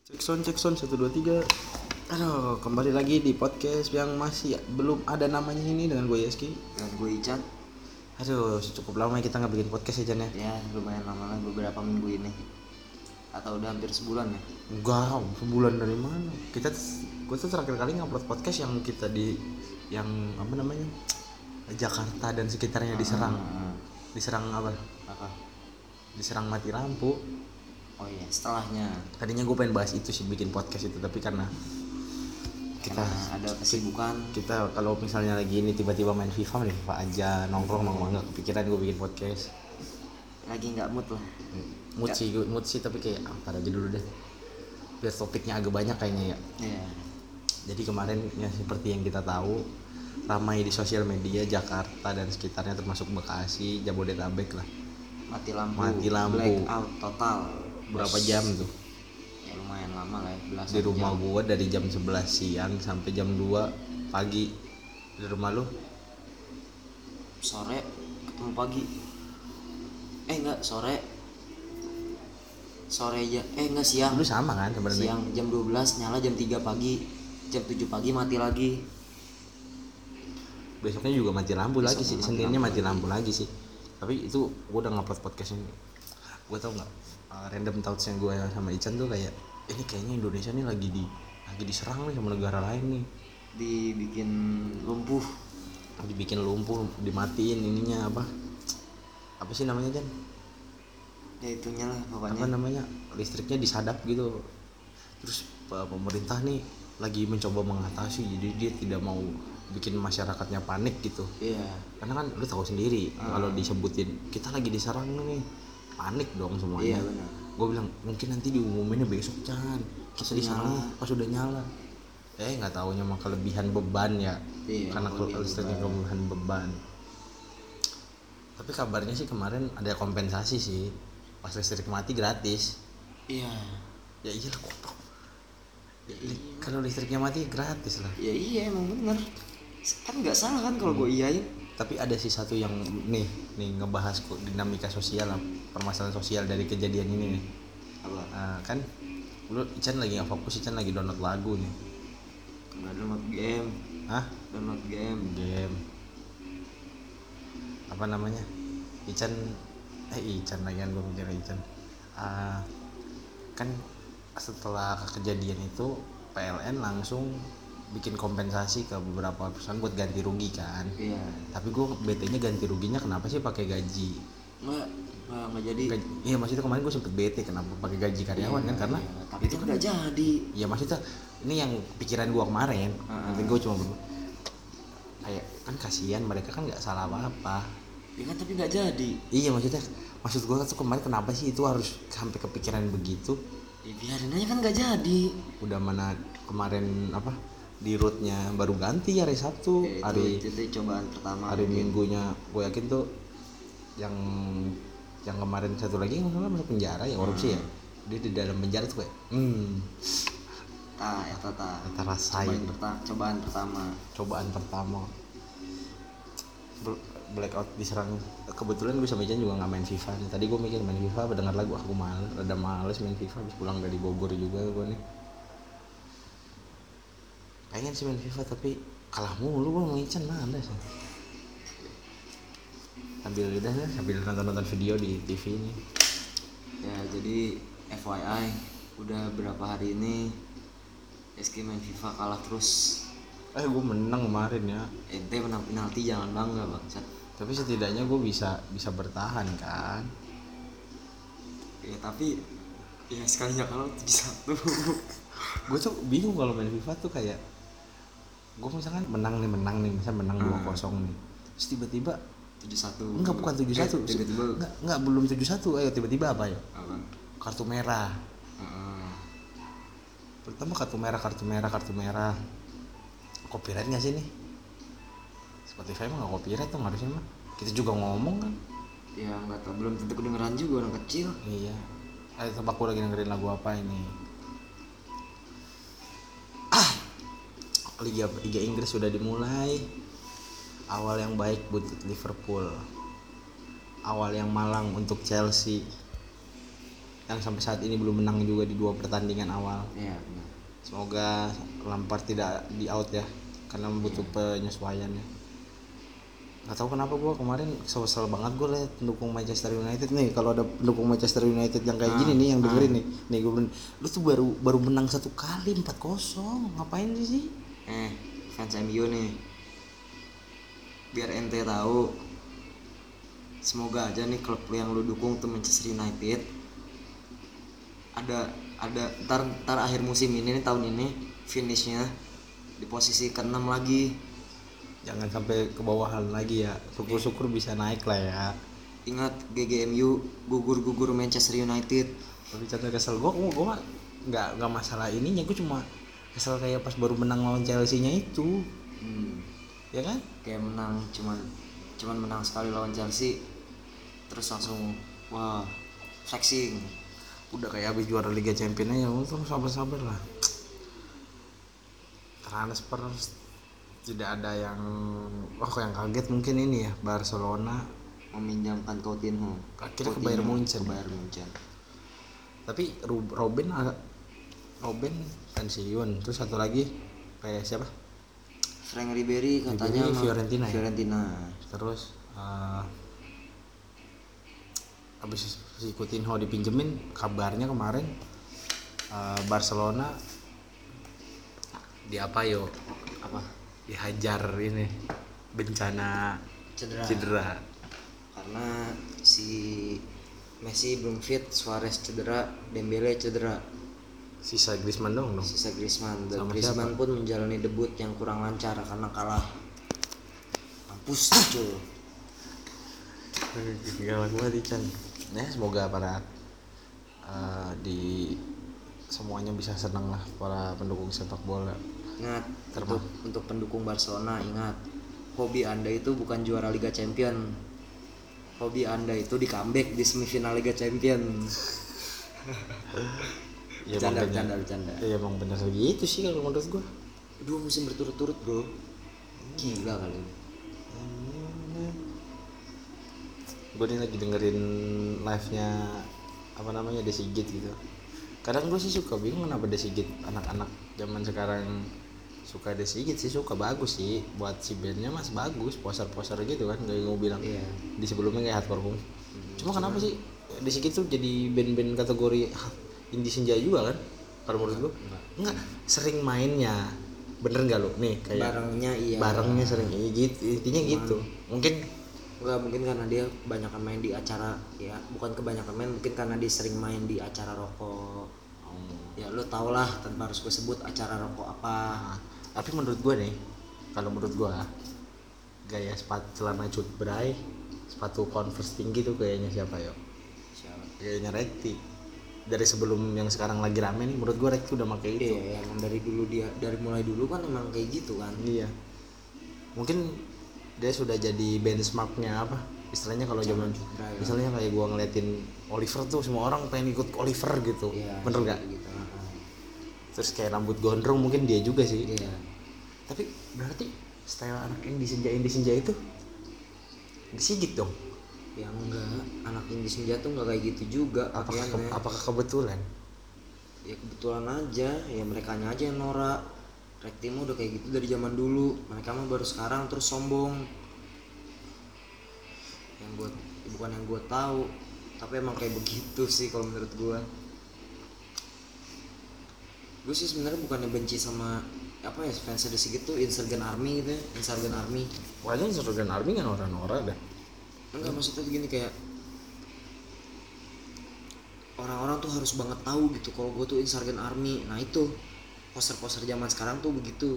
Cek sound 1 2 3. Aduh, kembali lagi di podcast yang masih belum ada namanya ini dengan gue Yeski Dan gue Ican. Aduh, cukup lama kita nggak bikin podcast ya Jan ya. Ya lumayan lama lah, beberapa minggu ini. Atau udah hampir sebulan ya. Enggak, sebulan dari mana? Gue tuh terakhir kali ngupload podcast yang kita yang apa namanya, Jakarta dan sekitarnya diserang. Diserang apa? Diserang mati lampu. Oh iya, setelahnya. Tadinya gue pengen bahas itu sih, bikin podcast itu, tapi karena Karena ada kesibukan. kita kalau misalnya lagi ini tiba-tiba main FIFA aja nongkrong nggak kepikiran gue bikin podcast. Lagi nggak mood lah. Mood sih tapi kayak ntar aja dulu deh, biar topiknya agak banyak kayaknya ya. Iya. Jadi kemarin ya seperti yang kita tahu, ramai di sosial media Jakarta dan sekitarnya, termasuk Bekasi, Jabodetabek lah, Mati lampu. Blackout total. berapa jam tuh Ya lumayan lama lah ya, belasan di rumah jam. gue, dari jam 11 siang sampai jam 2 pagi. Di rumah lu Sore ketemu pagi. Enggak, sore aja. Enggak, siang. lu sama kan sebenarnya? Siang jam 12 nyala, jam 3 pagi. Jam 7 pagi mati lagi. Besoknya juga mati lampu lagi sih, Mati Seninnya lampu mati lampu lagi sih. Tapi itu gue udah ngupload podcast ini. Gue tau nggak, random thoughts yang gue sama Ican tuh kayak, ini kayaknya Indonesia nih lagi diserang nih sama negara lain nih. Dibikin lumpuh. Dibikin lumpuh, dimatiin ininya apa sih namanya Jan? Ya itunya lah pokoknya. Apa namanya, listriknya disadap gitu. Terus pemerintah nih lagi mencoba mengatasi, jadi dia tidak mau bikin masyarakatnya panik gitu. Iya. Karena kan lu tahu sendiri, kalau disebutin kita lagi diserang nih, panik dong semuanya. Iya benar. Gue bilang mungkin nanti diumuminnya besok Chan, kita diserang pas udah nyala. Nggak taunya mah kelebihan beban ya. Iya, Karena listriknya kelebihan beban. Tapi kabarnya sih kemarin ada kompensasi sih, pas listrik mati gratis. Iya. Ya iyalah goblok. Kalau listriknya mati gratis lah. Ya iya emang bener. Kan nggak salah kan kalau gue iyain. Tapi ada sih satu yang nih ngebahas dinamika sosial lah, permasalahan sosial dari kejadian ini nih. Apa? Kan lu Ican lagi nggak fokus, Ican lagi download lagu nih. Nggak download game. Download game. Apa namanya, Ican lagi kan, gue mikir Ican. Kan setelah kejadian itu PLN langsung bikin kompensasi ke beberapa perusahaan buat ganti rugi kan. Iya. Tapi gue bete-nya ganti ruginya kenapa sih pakai gaji? Nggak jadi. Iya, maksudnya kemarin gue sempet bete kenapa pakai gaji karyawan kan, karena tapi itu nggak jadi. ya maksudnya ini yang pikiran gue kemarin. Nanti gue cuma kayak kan kasihan mereka, kan nggak salah apa-apa. Ya kan tapi nggak jadi. Iya, maksud gue tuh kemarin kenapa sih itu harus sampai kepikiran begitu? Ya biarin aja kan nggak jadi. Udah mana kemarin di rootnya baru ganti hari Sabtu. Itu cobaan pertama. Hari Minggunya gue yakin tuh yang kemarin satu lagi nggak salah masuk penjara ya, korupsi ya. Dia di dalam penjara tuh kayak Eta rasain cobaan pertama. Blackout diserang. Kebetulan gue sama Ican juga nggak main FIFA nih. Tadi gue mikir main FIFA, dengar lagu aku males main FIFA. Habis pulang dari Bogor juga gue nih, pengen sih main FIFA tapi kalah mulu gue sama Ican. Mana sih, sambil nonton video di TV ini. Ya jadi FYI, udah berapa hari ini Eski main FIFA kalah terus. Gue menang kemarin ya. Ente menang penalti, jangan bangga bangsat. Tapi setidaknya gue bisa bertahan kan. Ya tapi ya sekalinya kalau 7-1. Gue tuh bingung kalau main FIFA tuh kayak, gue misalkan menang nih, misalnya menang 2-0 nih. Terus tiba-tiba 7-1. Enggak, bukan 7-1. Tiba-tiba enggak belum 7-1. Tiba-tiba apa ya? Apa? Kartu merah. Pertama kartu merah. Copyright enggak sih nih? Spotify mah enggak copyright tuh harusnya mah. Kita juga ngomong kan. Ya enggak tahu, belum tentu kedengeran juga orang kecil. Iya. Tebak gue lagi dengerin lagu apa ini? Liga Inggris sudah dimulai. Awal yang baik buat Liverpool, awal yang malang untuk Chelsea. yang sampai saat ini belum menang juga di 2 pertandingan awal. Iya benar. Semoga Lampard tidak di out ya, karena butuh penyesuaian ya. Gak tahu kenapa gue kemarin kesel banget gue liat pendukung Manchester United nih. Kalau ada pendukung Manchester United yang kayak gini nih, yang dengerin nih gue bilang, lu tuh baru menang 1 kali 4-0, ngapain sih? Fans MU nih, biar ente tahu, semoga aja nih klub yang lu dukung tuh Manchester United ada ntar akhir musim ini nih, tahun ini finishnya di posisi ke-6 lagi. Jangan sampai ke bawahan lagi ya. Syukur-syukur bisa naik lah ya. Ingat, GGMU gugur Manchester United. Tapi contoh kesel gue mah nggak masalah ininya, gue cuma kesel kayak pas baru menang lawan Chelsea-nya itu. Ya kan? Kayak menang cuman menang sekali lawan Chelsea, terus langsung wah flexing. Udah kayak habis juara Liga Champions aja, untung sabar lah. Transfer tidak ada yang yang kaget mungkin ini ya, Barcelona meminjamkan Coutinho akhirnya ke Bayern Munchen. Tapi Robben pensiun, terus satu lagi kayak siapa? Frank Ribery katanya Fiorentina. Terus habis si Coutinho dipinjemin, kabarnya kemarin Barcelona dihajar ini bencana cedera karena si Messi belum fit, Suarez cedera, Dembele cedera, sisa Griezmann dong. Sisa Griezmann, dan Sama Griezmann siapa? pun menjalani debut yang kurang lancar karena kalah. Mampus cuy. Galak banget Ican. Ya semoga para di semuanya bisa senang lah, para pendukung sepak bola. Ingat, untuk pendukung Barcelona, ingat, hobi Anda itu bukan juara Liga Champion. Hobi Anda itu di comeback di semifinal Liga Champion. Bercanda. Iya emang benar gitu sih kalau menurut gua. 2 musim berturut-turut bro, gila kali. Gue nih lagi dengerin live-nya Desigit gitu. Kadang gue sih suka bingung kenapa Desigit, anak-anak zaman sekarang suka Desigit sih, suka bagus sih, buat si bandnya masih bagus, poster gitu kan, kayak gue bilang. Iya. Di sebelumnya kayak Hardcore Punk. Cuma kenapa sih Desigit tuh jadi band-band kategori indie senja juga kan? Kalau menurut gue enggak, sering mainnya. Bener nggak lo nih kayak barengnya sering gitu, intinya gitu. Mungkin karena dia kebanyakan main di acara, ya bukan kebanyakan main, mungkin karena dia sering main di acara rokok. Ya lo tau lah, tanpa harus gue sebut acara rokok apa. Tapi menurut gue nih, kalau menurut gue gaya sepatu celana cut bray, sepatu Converse tinggi tuh kayaknya siapa yo? Kayaknya Rekti. Dari sebelum yang sekarang lagi rame nih, menurut gue Rekti udah pakai itu. Iya, emang dari mulai dulu kan emang kayak gitu kan. Iya. Mungkin dia sudah jadi benchmarknya apa? Istilahnya kalau zaman misalnya kayak gua ngeliatin Oliver tuh, semua orang pengen ikut Oliver gitu. Iya, bener nggak? gitu. Terus kayak rambut gondrong mungkin dia juga sih. Iya. Tapi berarti style anak yang disenja itu Desigit dong. Ya enggak, anak indie senja tuh enggak kayak gitu juga pakaiannya. Apakah kebetulan? Ya kebetulan aja, ya merekanya aja yang norak. Rekti mah udah kayak gitu dari zaman dulu. Mereka mah baru sekarang terus sombong. Bukan yang gue tahu, tapi emang kayak begitu sih kalau menurut gue. Gue sih sebenarnya bukannya benci sama fans Desigit gitu, Insurgent Army gitu ya, Insurgent Army. Wajah Insurgent Army kan orang-orang dah. Enggak, maksudnya tuh gini, kayak orang-orang tuh harus banget tahu gitu kalau gue tuh Insurgent Army. Nah itu poster-poster zaman sekarang tuh begitu.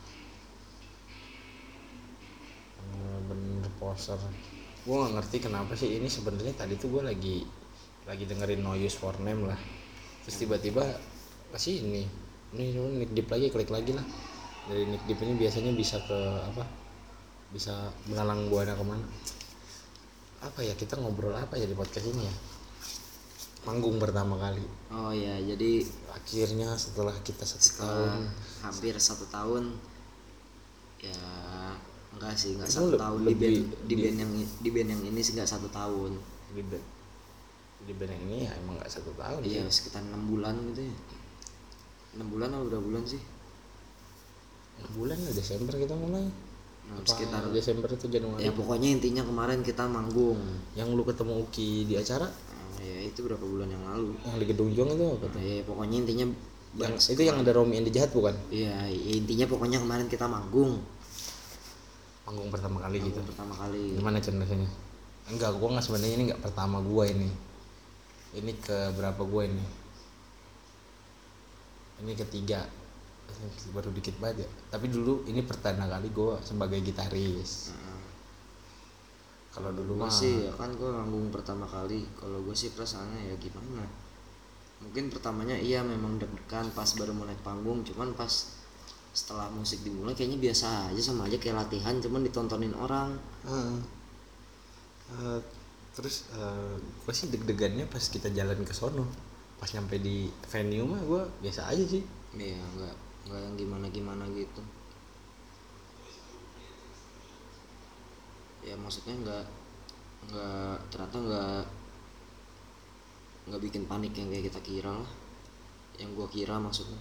Bener poster. Gue nggak ngerti kenapa sih ini sebenarnya. Tadi tuh gue lagi dengerin No Use For Name lah. Terus tiba-tiba kasih ini Nick Deep lagi, klik lagi lah. Dari Nick Deep ini biasanya bisa ke bisa melalang buana kemana. Kita ngobrol apa ya di podcast ini ya? Manggung pertama kali. Oh ya, jadi akhirnya setelah kita 1 tahun, hampir 1 tahun ya, enggak 1 tahun di band yang ini sih, enggak 1 tahun. di band yang ini ya emang nggak 1 tahun. Iya sekitar 6 bulan gitu ya. 6 bulan atau berapa bulan sih? 6 bulan ya, Desember kita mulai. Sekitar Desember itu Januari. Ya pokoknya intinya kemarin kita manggung. Yang lu ketemu Uki di acara? Ya itu berapa bulan yang lalu. Yang di Gedung Jong itu apa tuh? Ya pokoknya intinya Itu yang ada Romi and the Jahat bukan? Iya, ya, intinya pokoknya kemarin kita manggung. Panggung pertama kali gitu. Pertama kali. Gimana rasanya? Enggak, gua nggak, sebenarnya ini nggak pertama gua ini. Ini ke berapa gua ini? Ini ketiga. Baru dikit banget ya. Tapi dulu ini pertama kali gua sebagai gitaris. Kalau dulu Gua mah sih ya kan gua manggung pertama kali. Kalau gua sih perasaannya ya gimana? Mungkin pertamanya iya memang deg-degan pas baru mau naik panggung, cuman pas setelah musik dimulai kayaknya biasa aja, sama aja kayak latihan cuman ditontonin orang. Terus gue sih deg-degannya pas kita jalan ke sono. Pas nyampe di venue mah gue biasa aja sih. Iya, enggak yang gimana-gimana gitu. Ya maksudnya enggak ternyata enggak bikin panik yang kayak kita kira lah. Yang gua kira maksudnya.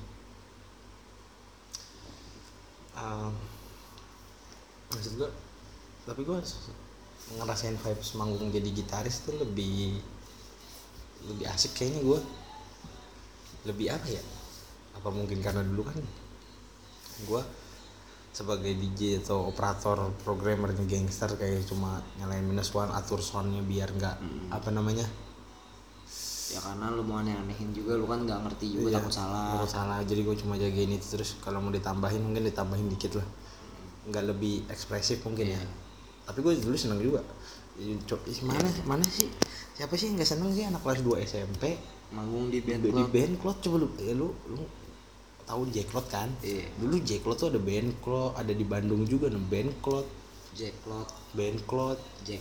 Maksud gue, tapi gue ngerasain vibes manggung jadi gitaris tuh lebih asik kayaknya. Gue lebih apa ya, apa mungkin karena dulu kan gue sebagai DJ atau operator programmernya gangster, kayak cuma nyalain -1, atur soundnya biar nggak apa namanya. Ya karena lu mau aneh-anehin juga, lu kan nggak ngerti juga, takut salah. Jadi gue cuma jagain itu, terus kalau mau ditambahin mungkin ditambahin dikit lah, nggak lebih ekspresif mungkin ya. Tapi gue dulu seneng juga. Mana sih, siapa sih yang nggak seneng sih anak kelas 2 SMP manggung di band Cloud. Coba lu tahu Jack Cloud kan? Dulu Jack Cloud tuh ada band Cloud, ada di Bandung juga band Cloud. Jack Cloud.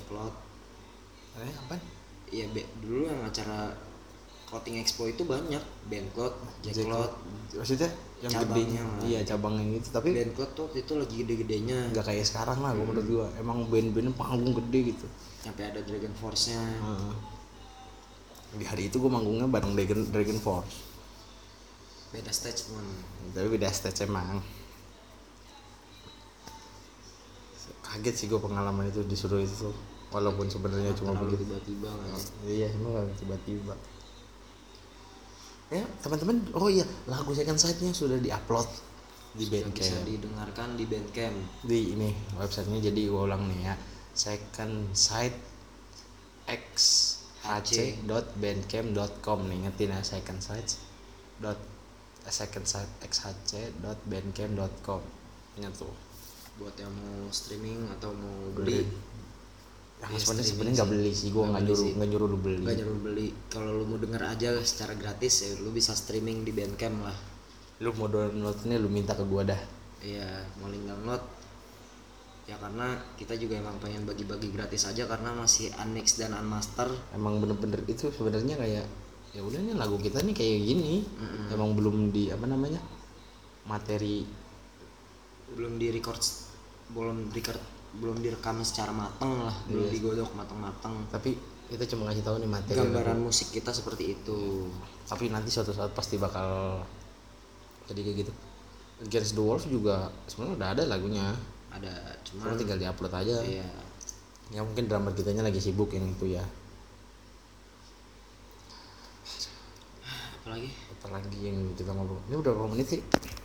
Apaan? Iya, dulu yang acara Clothing Expo itu banyak band Cloud, Jack Cloud. Maksudnya yang cabangnya gedenya, iya cabangnya gitu. Tapi band Cloud tuh itu lagi gede-gedenya. Nggak kayak sekarang lah, menurut gua. Emang band-band panggung gede gitu. Sampai ada Dragon Force-nya. Di hari itu gua manggungnya bareng Dragon Force. Beda stage teman. Tapi beda stage emang. Kaget sih gua pengalaman itu disuruh itu. Walaupun sebenarnya cuma begitu tiba-tiba kan. Iya, emang tiba-tiba. Ya teman-teman, oh iya, lagu Second Sight-nya sudah diupload di Bandcamp. Bisa didengarkan di Bandcamp. Di ini websitenya, jadi gue ulang nih ya, Second Sight xhc.bandcamp.com nih, ingetin ya, secondsightxhc.bandcamp.com. Ingat tuh. Buat yang mau streaming atau mau beli. Yang sebenarnya nggak beli sih, gue nggak nyuruh lu beli. Nggak nyuruh beli. Kalau lu mau denger aja secara gratis ya lu bisa streaming di Bandcamp lah. Lu mau download ini lu minta ke gue dah. Iya, mau link download. Ya karena kita juga emang pengen bagi-bagi gratis aja karena masih unmix dan unmaster. Emang bener-bener itu sebenarnya kayak ya udah nih lagu kita nih kayak gini. Emang belum di apa namanya, materi belum direkam secara matang lah, belum digodok matang-matang. Tapi kita cuma ngasih tahu nih materi gambaran lagu musik kita seperti itu. Tapi nanti suatu saat pasti bakal jadi kayak gitu. Against the Wolf juga sebenarnya udah ada lagunya. Ada, cuma tinggal diupload aja. Iya. Ya mungkin drummer kitanya lagi sibuk yang itu ya. Apalagi yang kita ngobrol. Ini udah berapa menit sih?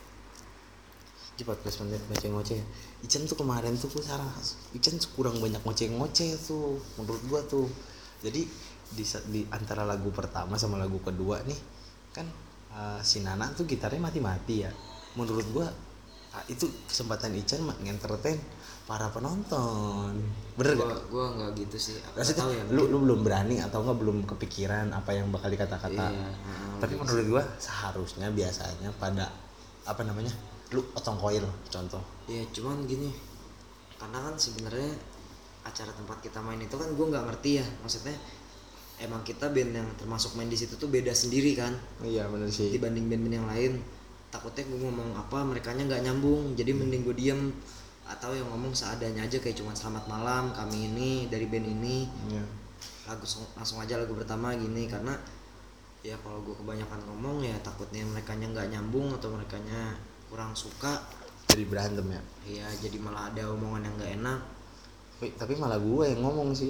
14 menit ngoceh-ngoceh. Ican tuh kemarin tuh Ican kurang banyak ngoceh-ngoceh tuh menurut gua tuh. Jadi di antara lagu pertama sama lagu kedua nih kan si Nana tuh gitarnya mati-mati ya. Menurut gua itu kesempatan Ican nge-entertain para penonton. Bener gak? Gua nggak gitu sih. Maksudnya ya, lu belum berani atau nggak belum kepikiran apa yang bakal dikata-kata. Iya, tapi menurut gua seharusnya biasanya pada apa namanya, lu otong koil contoh. Ya cuman gini, karena kan sebenarnya acara tempat kita main itu kan gue nggak ngerti ya, maksudnya emang kita band yang termasuk main di situ tuh beda sendiri kan. Iya benar sih. Dibanding band-band yang lain, takutnya gue ngomong apa merekanya nggak nyambung, jadi mending gue diem atau yang ngomong seadanya aja kayak cuman selamat malam kami ini dari band ini. Iya. langsung aja lagu pertama gini, karena ya kalau gue kebanyakan ngomong ya takutnya merekanya nggak nyambung atau merekanya kurang suka, jadi berantem ya. ya jadi malah ada omongan yang nggak enak. Tapi malah gue yang ngomong sih.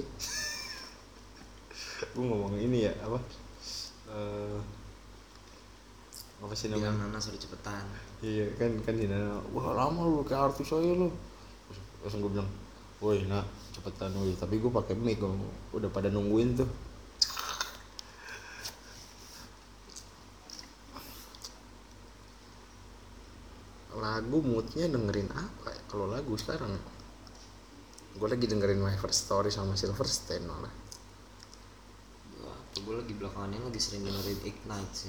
Gue ngomong ini ya apa apa sih Bilang namanya, Nana suruh cepetan. iya kan si Nana, wah lama lu kayak artis saya lu. Terus gue bilang, woi nak cepetan woi, tapi gue pakai mic, udah pada nungguin tuh. Lagu moodnya dengerin apa ya kalau lagu sekarang? Gue lagi dengerin My First Story sama Silverstein malah. Gue lagi belakangan ini lagi sering dengerin Ignite sih.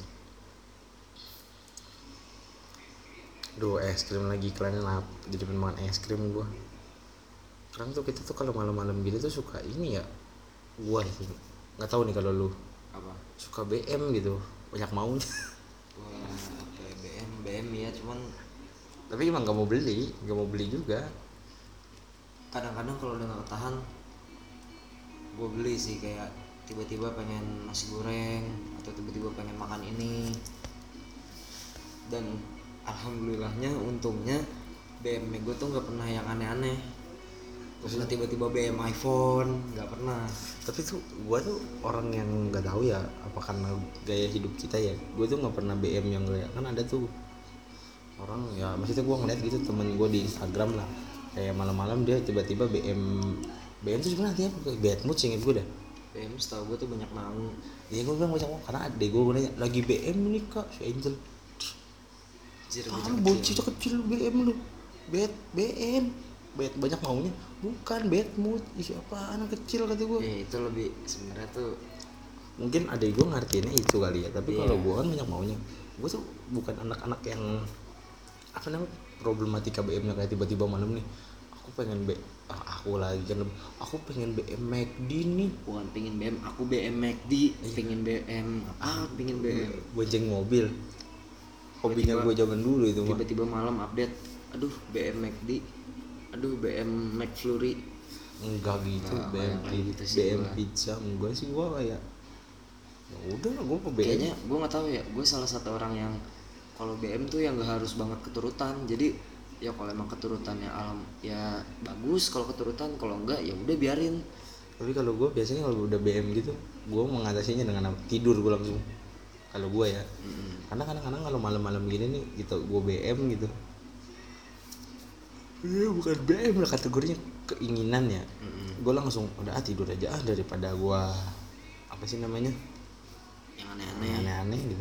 Duh, es krim lagi, kalian jadi pengen makan es krim gue. Sekarang tuh kita tuh kalau malam-malam gini tuh suka ini ya, gue itu nggak tahu nih kalau lu Apa? suka BM gitu, banyak maunya. Wah, apa ya, BM ya, cuman Tapi emang nggak mau beli juga. kadang-kadang kalau udah nggak ketahan gue beli sih, kayak tiba-tiba pengen nasi goreng atau tiba-tiba pengen makan ini. Dan alhamdulillahnya untungnya BM gue tuh nggak pernah yang aneh-aneh. Gak pernah tiba-tiba BM iPhone, nggak pernah. Tapi tuh gue tuh orang yang nggak tahu ya apa karena gaya hidup kita ya, gue tuh nggak pernah BM yang kayak, kan ada tuh orang ya, maksudnya gue ngeliat gitu temen gue di Instagram lah, kayak malam-malam dia tiba-tiba BM tuh sebenarnya apa, kayak bad mood sih inget gue dah. BM setahu gue tuh banyak mau. Iya gue bilang banyak mau, karena adek gue nanya lagi BM nih kak si Angel. Bocah kecil BM lu, BM banyak maunya, bukan bad mood. Siapa anak kecil kata gue. Itu lebih sebenarnya tuh Mungkin adek gue ngertiinnya itu kali ya, tapi Iya. kalau gue kan banyak maunya. Gue tuh bukan anak-anak yang apa namanya problematika BM-nya kayak tiba-tiba malam nih aku pengen aku lagi kan aku pengen BM McD nih, bukan pingin BM, aku BM McD, pingin BM pingin BM bonceng mobil. Hobinya gue zaman dulu itu mah. tiba-tiba malam update, aduh BM McD, aduh BM McFlurry. Enggak gitu, Nggak, BM kayak gitu sih BM gua. pizza enggak sih, gue kayak ya udah lah gue ke BM. Kayaknya gue nggak tahu ya, gue salah satu orang yang kalau BM tuh yang nggak harus banget keturutan. Jadi ya kalau emang keturutannya alam ya bagus, kalau keturutan, kalau enggak ya udah biarin. Tapi kalau gue biasanya kalau udah BM gitu gue mengatasinya dengan tidur gue langsung, kalau gue ya. Karena kadang-kadang kalau malam-malam gini nih gitu gue BM gitu, bukan BM lah kategorinya, keinginan ya. Gue langsung udah tidur aja daripada gue apa sih namanya Yang aneh-aneh. aneh-aneh gitu.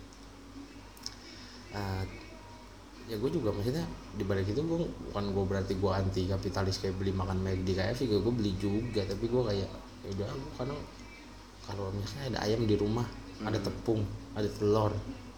Ya gue juga maksudnya dibalik itu gue berarti gue anti kapitalis kayak beli makan McD KFC, gue beli juga, tapi gue kayak ya udah gue kadang kalau misalnya ada ayam di rumah, ada tepung, ada telur,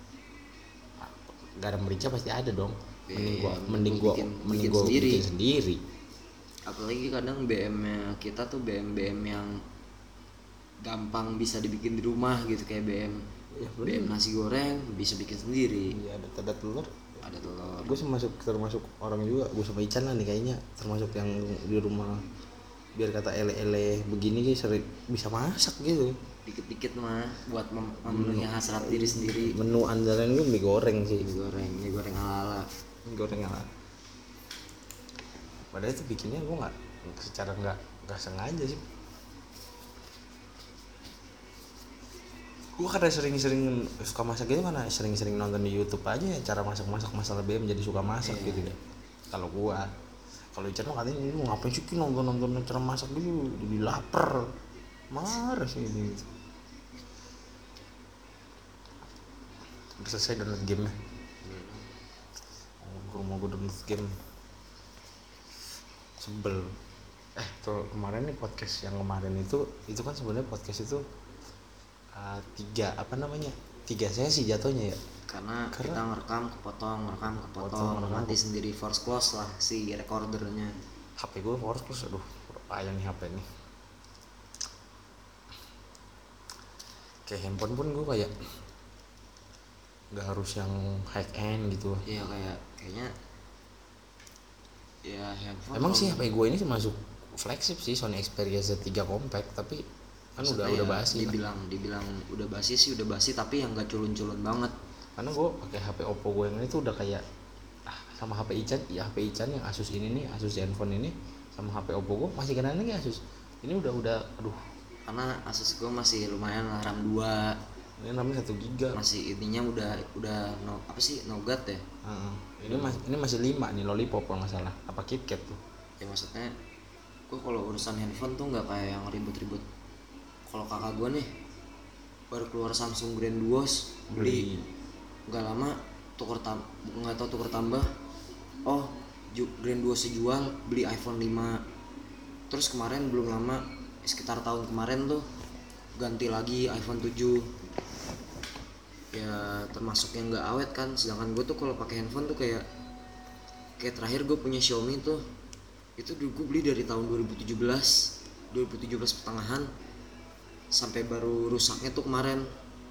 garam merica pasti ada dong. Mending gue bikin sendiri. Apalagi kadang BM-nya kita tuh BM yang gampang bisa dibikin di rumah gitu, kayak BM Ya, BM nasi goreng bisa bikin sendiri. Iya, ada telur. Ada telur. Gue termasuk orang juga, gue sama Ican lah nih kayaknya termasuk yang di rumah biar kata ele begini sih sering bisa masak gitu. Dikit-dikit mah buat memenuhi hasrat diri sendiri. Menu andalan gue mie goreng sih. Mie goreng ala-ala. Mie goreng ala. Padahal itu bikinnya gue secara nggak sengaja sih. Gue karena sering-sering suka masak gitu, karena sering-sering nonton di YouTube aja ya cara masak masalah BM, jadi suka masak gitu deh. Kalau Ican mah katanya lu ngapain sih nonton cara masak gitu, jadi lapar, marah sih ini. Udah selesai download game-nya. Mau gue download game sebel. Tuh kemarin nih podcast yang kemarin itu kan sebenarnya podcast itu tiga sesi jatuhnya ya, karena kita ngerekam kepotong mati sendiri, force close lah si recordernya. HP gue force close, aduh payah nih HP nih. Kayak handphone pun gue kayak nggak harus yang high end gitu. Iya, kayaknya ya handphone emang sih HP gue ini masuk flagship sih, Sony Xperia Z3 compact, tapi kan Maksudnya udah ya, basi lah. dibilang udah basi sih udah basi, tapi yang gak culun-culun banget. Karena gue pakai HP Oppo gue yang ini tuh udah kayak sama HP Ican, ya HP Ican yang Asus ini nih, Asus Zenfone ini sama HP Oppo gue masih kena lagi Asus. Ini udah aduh. Karena Asus gue masih lumayan lah, RAM 2, Ini namanya 1 giga. masih ininya udah no, apa sih, Nougat ya. Ini masih 5 nih Lollipop kalau nggak salah. Apa KitKat tuh? Ya maksudnya gue kalau urusan handphone tuh nggak kayak yang ribut-ribut. Kalau kakak gue nih baru keluar Samsung Grand Duos, beli nggak lama nggak tahu tuker tambah, oh Grand Duos jual, beli iPhone 5. Terus kemarin belum lama, sekitar tahun kemarin tuh ganti lagi iPhone 7. Ya termasuk yang nggak awet kan. Sedangkan gue tuh kalau pakai handphone tuh kayak terakhir gue punya Xiaomi tuh, itu dulu gue beli dari tahun 2017 pertengahan, sampai baru rusaknya tuh kemarin.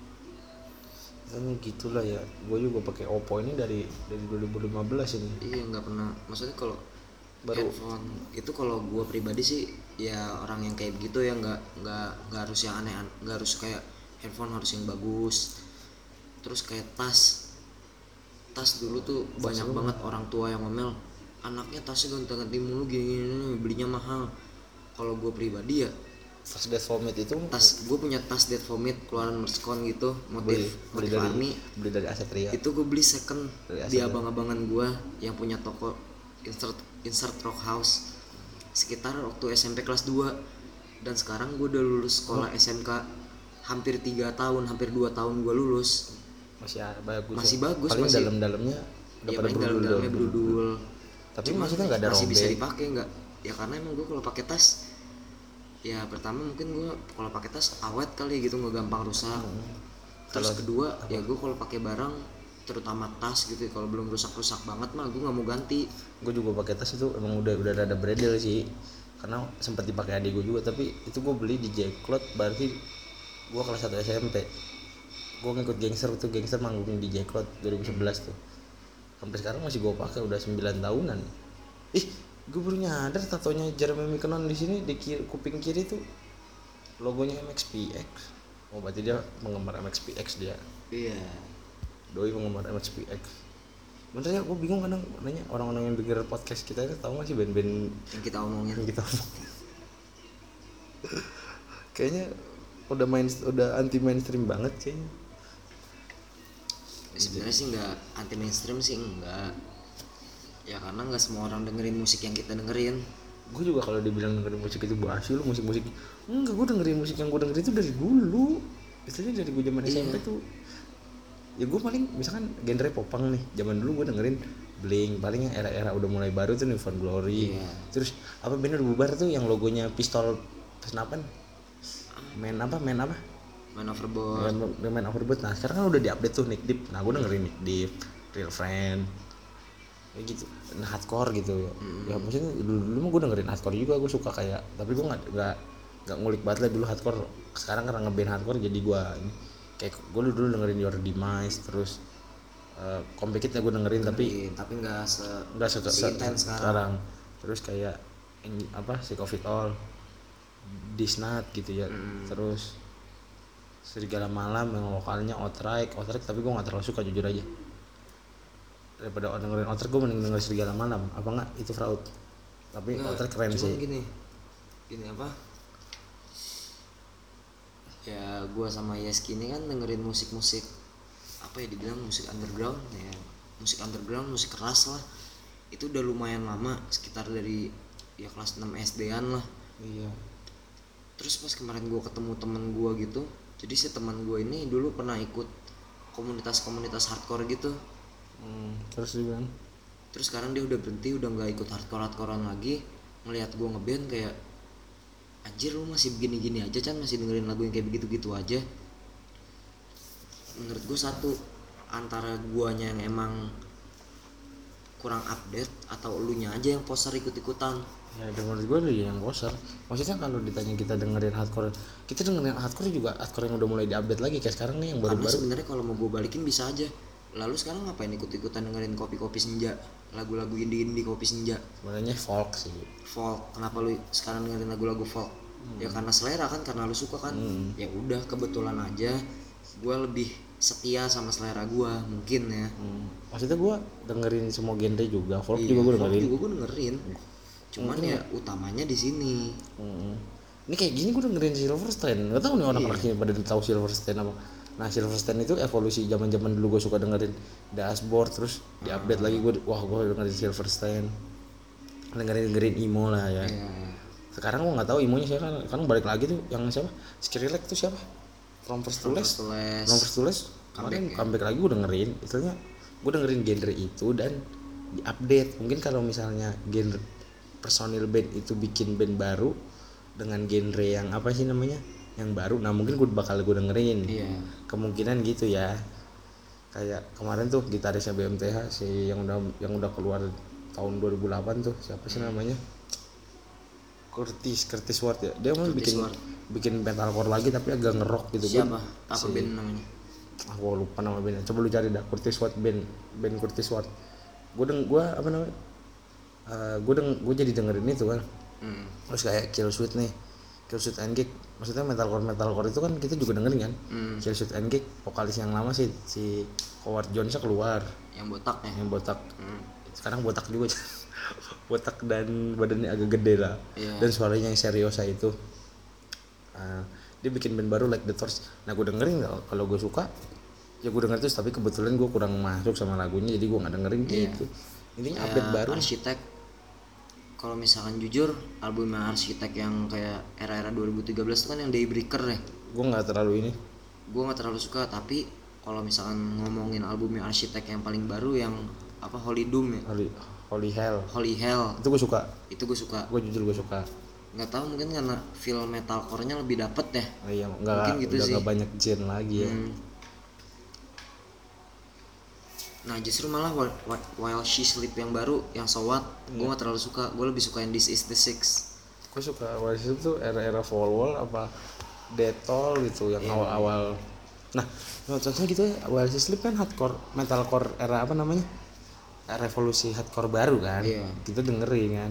Gitulah ya. Gue juga pakai Oppo ini dari 2015 ini. Iya, nggak pernah, maksudnya kalau Baru handphone itu kalau gue pribadi sih ya orang yang kayak begitu ya, nggak harus yang aneh, nggak harus kayak handphone harus yang bagus. Terus kayak tas dulu tuh banyak banget orang tua yang ngomel, anaknya tasnya ganti-ganti mulu gini, belinya mahal. Kalau gue pribadi ya tas Death Vomit itu gue punya tas Dead Vomit keluaran Mercon gitu, motif Army. beli dari Asetria. Itu gue beli second Dari di Asetria. abang-abangan gue yang punya toko insert rock house, sekitar waktu SMP kelas 2. Dan sekarang gue udah lulus sekolah SMK, hampir 3 tahun, hampir 2 tahun gue lulus. Masih bagus. Paling dalam-dalamnya udah pada dalam-dalamnya brudul. Tapi Cuma maksudnya nggak ada masih robek. bisa dipakai nggak? Ya karena emang gue kalau pakai tas, ya pertama mungkin gue kalau pakai tas awet kali gitu, nggak gampang rusak. Terus kedua ya gue kalau pakai barang, terutama tas gitu, kalau belum rusak-rusak banget mah gue nggak mau ganti. Gue juga pakai tas itu emang udah ada bredel sih, karena sempat dipakai adik gue juga, tapi itu gue beli di Jacklot berarti gue kelas 1 SMP. Gue ngikut gangster manggung di Jacklot 2011 tuh. Sampai sekarang masih gue pakai, udah 9 tahunan. Gue baru nyadar tatonya Jeremy McKinnon di sini di kuping kiri tuh logonya MXPX. Oh berarti dia penggemar MXPX dia. Iya. Doi penggemar MXPX. Bener ya, gue bingung kadang nanya orang-orang yang denger podcast kita itu tahu nggak sih band-band Yang kita omongin. Kayaknya udah anti mainstream banget kayaknya. Sebenarnya sih nggak anti mainstream sih, enggak. Ya karena nggak semua orang dengerin musik yang kita dengerin. Gue juga kalau dibilang dengerin musik itu basi lu, musik enggak, gue dengerin musik yang gue dengerin itu dari dulu, istilahnya dari gue zaman SMP tuh. Ya gue paling misalkan genre popang nih, zaman dulu gue dengerin Blink, paling yang era-era udah mulai baru tuh Newfound Glory. Terus apa bener bubar tuh yang logonya pistol senapan, main overboard. Nah sekarang kan udah diupdate tuh Nick Deep. Nah gue dengerin Nick Deep, Real Friend, kayak gitu, nah, hardcore gitu. Ya maksudnya dulu mah gue dengerin hardcore juga, gue suka kayak, tapi gue nggak ngulik banget lah dulu hardcore. Sekarang karena ngeband hardcore jadi gue kayak gue dulu dengerin Your Demise, terus Complicate gue dengerin tapi nggak intens sekarang. Terus kayak Sick of It All, Disnut gitu ya. Terus Serigala Malam yang lokalnya Outright, tapi gue nggak terlalu suka jujur aja. Daripada dengerin Outright gue mending dengerin Serigala Malam, apa enggak itu fraud. Tapi Outright keren sih. Gini apa? Ya gue sama Yeski ini kan dengerin musik apa ya, dibilang musik underground ya, musik keras lah. Itu udah lumayan lama, sekitar dari ya kelas 6 SD-an lah. Iya. Terus pas kemarin gue ketemu temen gue gitu, jadi si teman gue ini dulu pernah ikut komunitas hardcore gitu. Terus sekarang dia udah berhenti, udah nggak ikut hardcorean lagi. Ngelihat gue ngeband kayak, anjir lu masih begini-gini aja Chan, masih dengerin lagu yang kayak begitu-gitu aja. Menurut gue satu, antara guanya yang emang kurang update, atau elunya aja yang poser ikut-ikutan. Ya menurut gue lu yang poser. Maksudnya kalau ditanya kita dengerin hardcore juga hardcore yang udah mulai diupdate lagi kayak sekarang nih yang baru-baru. Karena sebenarnya kalau mau gue balikin bisa aja. Lalu sekarang ngapain ikut-ikutan dengerin kopi senja, lagu-lagu indie kopi senja? Sebenarnya folk sih. Folk, kenapa lu sekarang dengerin lagu-lagu folk? Ya karena selera kan, karena lu suka kan. Ya udah, kebetulan aja gue lebih setia sama selera gue mungkin ya. Maksudnya gue dengerin semua genre juga, folk Iya, juga gue folk dengerin. juga gue dengerin. Cuman ya utamanya di sini. Ini kayak gini gue dengerin Silverstein. Gak tau nih orang-orang ini pada tahu Silverstein apa. Nah Silverstein itu evolusi zaman-zaman dulu gue suka dengerin Dashboard, terus diupdate lagi gue dengerin Silverstein. Dengerin emo lah ya. Iya. Sekarang gue nggak tahu imonya siapa, kan balik lagi tuh yang siapa, Skrillex tuh siapa, From First to Last kemarin comeback lagi gue dengerin. Itunya gue dengerin genre itu dan diupdate. Mungkin kalau misalnya genre personil band itu bikin band baru dengan genre yang apa sih namanya yang baru, nah mungkin gue dengerin. Iya. Kemungkinan gitu ya. Kayak kemarin tuh gitarisnya BMTH si yang udah keluar tahun 2008 tuh, siapa sih namanya, Curtis Ward ya. Dia mau bikin metalcore lagi tapi agak ngerok gitu. Siapa? Apa band namanya? Aku lupa nama bandnya. Coba lu cari dah Curtis Ward, band Curtis Ward. Gue apa namanya? Gue jadi dengerin itu kan. Terus kayak Killswitch Engage. Maksudnya metalcore itu kan kita juga dengerin kan. Killswitch Engage, vokalis yang lama si Howard Jones keluar. Yang botak ya? Yang botak. Sekarang botak juga. Botak dan badannya agak gede lah. Dan suaranya yang seriosa itu. Dia bikin band baru Like the Torch. Nah gue dengerin, kalau gue suka ya gue denger terus, tapi kebetulan gue kurang masuk sama lagunya jadi gue nggak dengerin gitu. Intinya update baru. Arsitek, kalau misalkan jujur albumnya Arsitek yang kayak era-era 2013 itu kan yang Daybreaker ya, gue nggak terlalu suka. Tapi kalau misalkan ngomongin albumnya Arsitek yang paling baru yang apa, Holy Doom ya, Holy Hell itu gue suka. Gue jujur gue suka. Nggak tahu, mungkin karena feel metalcore-nya lebih dapet ya. Iya, mungkin gitu sih. Nggak banyak genre lagi ya. Nah justru malah While She Sleep yang baru, yang So What, gue nggak terlalu suka. Gue lebih suka yang This Is the Six. Gue suka While She Sleep tuh era-era Fall Wall apa Detol gitu yang awal-awal. Nah contohnya gitu ya, While She Sleep kan hardcore metalcore era apa namanya, revolusi hardcore baru kan. Kita dengerin kan.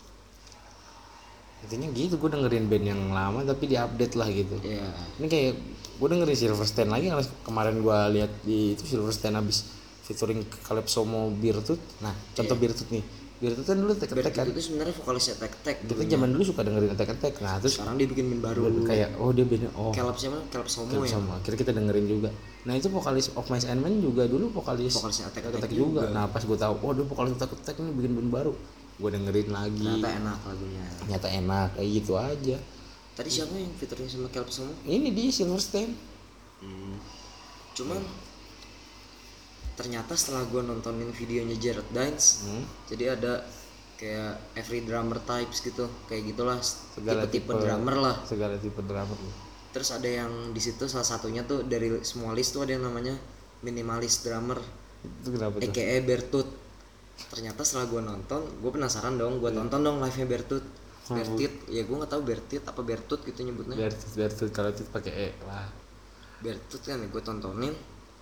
Intinya gitu, gue dengerin band yang lama tapi diupdate lah gitu. Ini kayak gue dengerin Silverstein lagi karena kemarin gue lihat di itu Silverstein habis featuring Calypso Beertooth. Nah contoh Beertooth nih, Beertooth kan dulu Attack Attack kan. Itu sebenarnya vokalisnya Attack Attack. Kita zaman dulu suka dengerin Attack Attack. Nah terus sekarang dia bikin band baru kayak dia bandnya Calypso ya. Akhirnya kita dengerin juga. Nah itu vokalis Of Mice and Men juga dulu vokalisnya Attack Attack juga. Nah pas gue tahu dia vokalis Attack Attack ini bikin band baru, gue dengerin lagi. Ternyata enak lagunya. Ternyata enak, kayak gitu aja. Tadi siapa yang featuring sama Calypso? Ini dia Silverstein. Cuman ternyata setelah gue nontonin videonya Jared Dines, jadi ada kayak every drummer types gitu, kayak gitulah, tipe-tipe drummer lah. Segala tipe drummer. Terus ada yang di situ salah satunya tuh dari semua list tuh ada yang namanya minimalist drummer. Itu kenapa tuh? AKA Beertooth. Ternyata setelah gue nonton, gue penasaran dong, gue tonton dong live-nya Beertooth. Ya gue nggak tahu Beertooth apa Beertooth gitu nyebutnya. Beertooth kalau itu pakai E lah. Beertooth kan gue tontonin.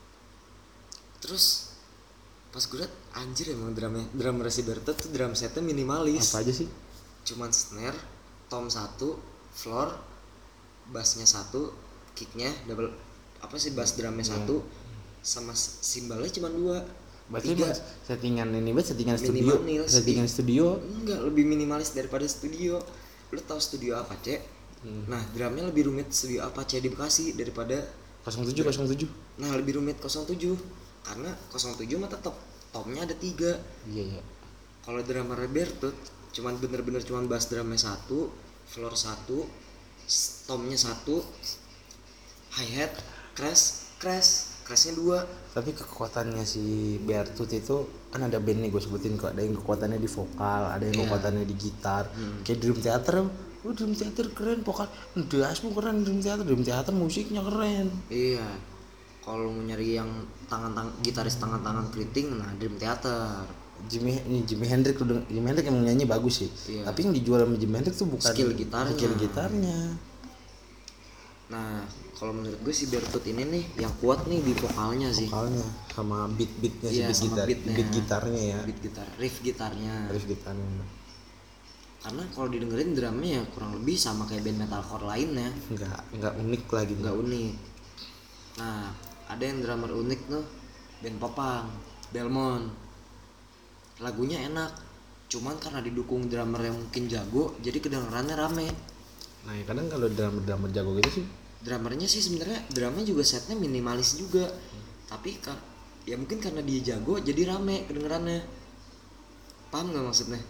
Terus pas gue liat, anjir emang drummer si Beertooth tuh drum setnya minimalis. Apa aja sih? Cuman snare, tom 1, floor, bassnya 1, kicknya double, apa sih, bass drumnya 1, sama simbalnya cuma 2. Berarti settingan studio. Enggak, lebih minimalis daripada studio. Lu tahu studio apa, Cek? Nah, drumnya lebih rumit studio apa, Cek, di Bekasi daripada 07. Nah, lebih rumit 07. Karena 07 mah tetap tomnya ada 3. Iya. Kalau drummer Beertooth cuman bener-bener cuman bass drumnya 1, floor 1, tomnya 1, hi-hat, crashnya 2. Tapi kekuatannya si Beertooth itu kan ada band nih gue sebutin kok, ada yang kekuatannya di vokal, ada yang kekuatannya di gitar. Kayak Dream Theater, Dream Theater keren, vokal Dasmu keren, Dream Theater musiknya keren. Iya. Kalau mau nyari yang gitaris tangan keriting, nah Dream Theater. Jimi Hendrix emang nyanyi bagus sih. Tapi yang dijual sama Jimi Hendrix tuh bukan skill gitarnya. Nah, kalau menurut gue si Beertooth ini nih yang kuat nih di vokalnya sih. Vokalnya sama beat-beatnya beat gitarnya ya. Riff gitarnya. karena kalau didengerin drumnya ya kurang lebih sama kayak band metalcore lainnya, nggak unik lagi, nggak unik. Nah ada yang drummer unik tuh, band Popang, Belmont. Lagunya enak, cuman karena didukung drummer yang mungkin jago, jadi kedengarannya rame. Nah ya kadang kalau drummer jago gitu sih, Drummernya sih sebenarnya drumnya juga setnya minimalis juga, tapi ya mungkin karena dia jago jadi rame kedengarannya. Paham nggak maksudnya?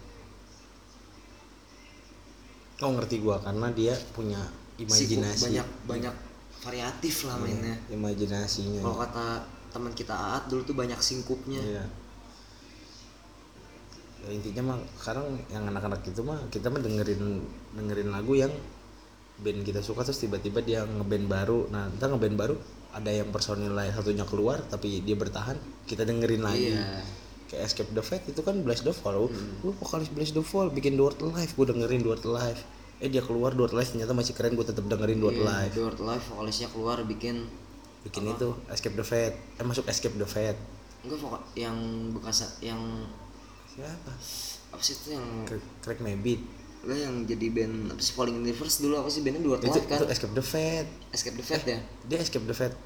oh ngerti gua, karena dia punya imajinasi, banyak variatif lah mainnya. Imajinasinya. Kalau kata teman kita Aat dulu tuh banyak singkupnya. Iya. Ya, intinya mah sekarang yang anak-anak itu mah kita mah dengerin lagu yang band kita suka, terus tiba-tiba dia ngeband baru. Nah kita ngeband baru ada yang personil lain satunya keluar tapi dia bertahan, kita dengerin lagi. Iya. Kayak Escape the Fate itu kan Bless the Fall. Lu vokalis Bless the Fall bikin Do It Live, gue dengerin Do It Live. Dia keluar Do It Live ternyata masih keren, gue tetap dengerin Do It Live. Do It Live vokalisnya keluar bikin Itu Escape the Fate. Masuk Escape the Fate. enggak yang bekas yang Siapa? apa sih itu yang Crack Maybe. Enggak yang jadi band apa sih, Falling in Reverse dulu apa sih bandnya Do It Live kan? Itu Escape the Fate. Escape the Fate ya? Dia Escape the Fate.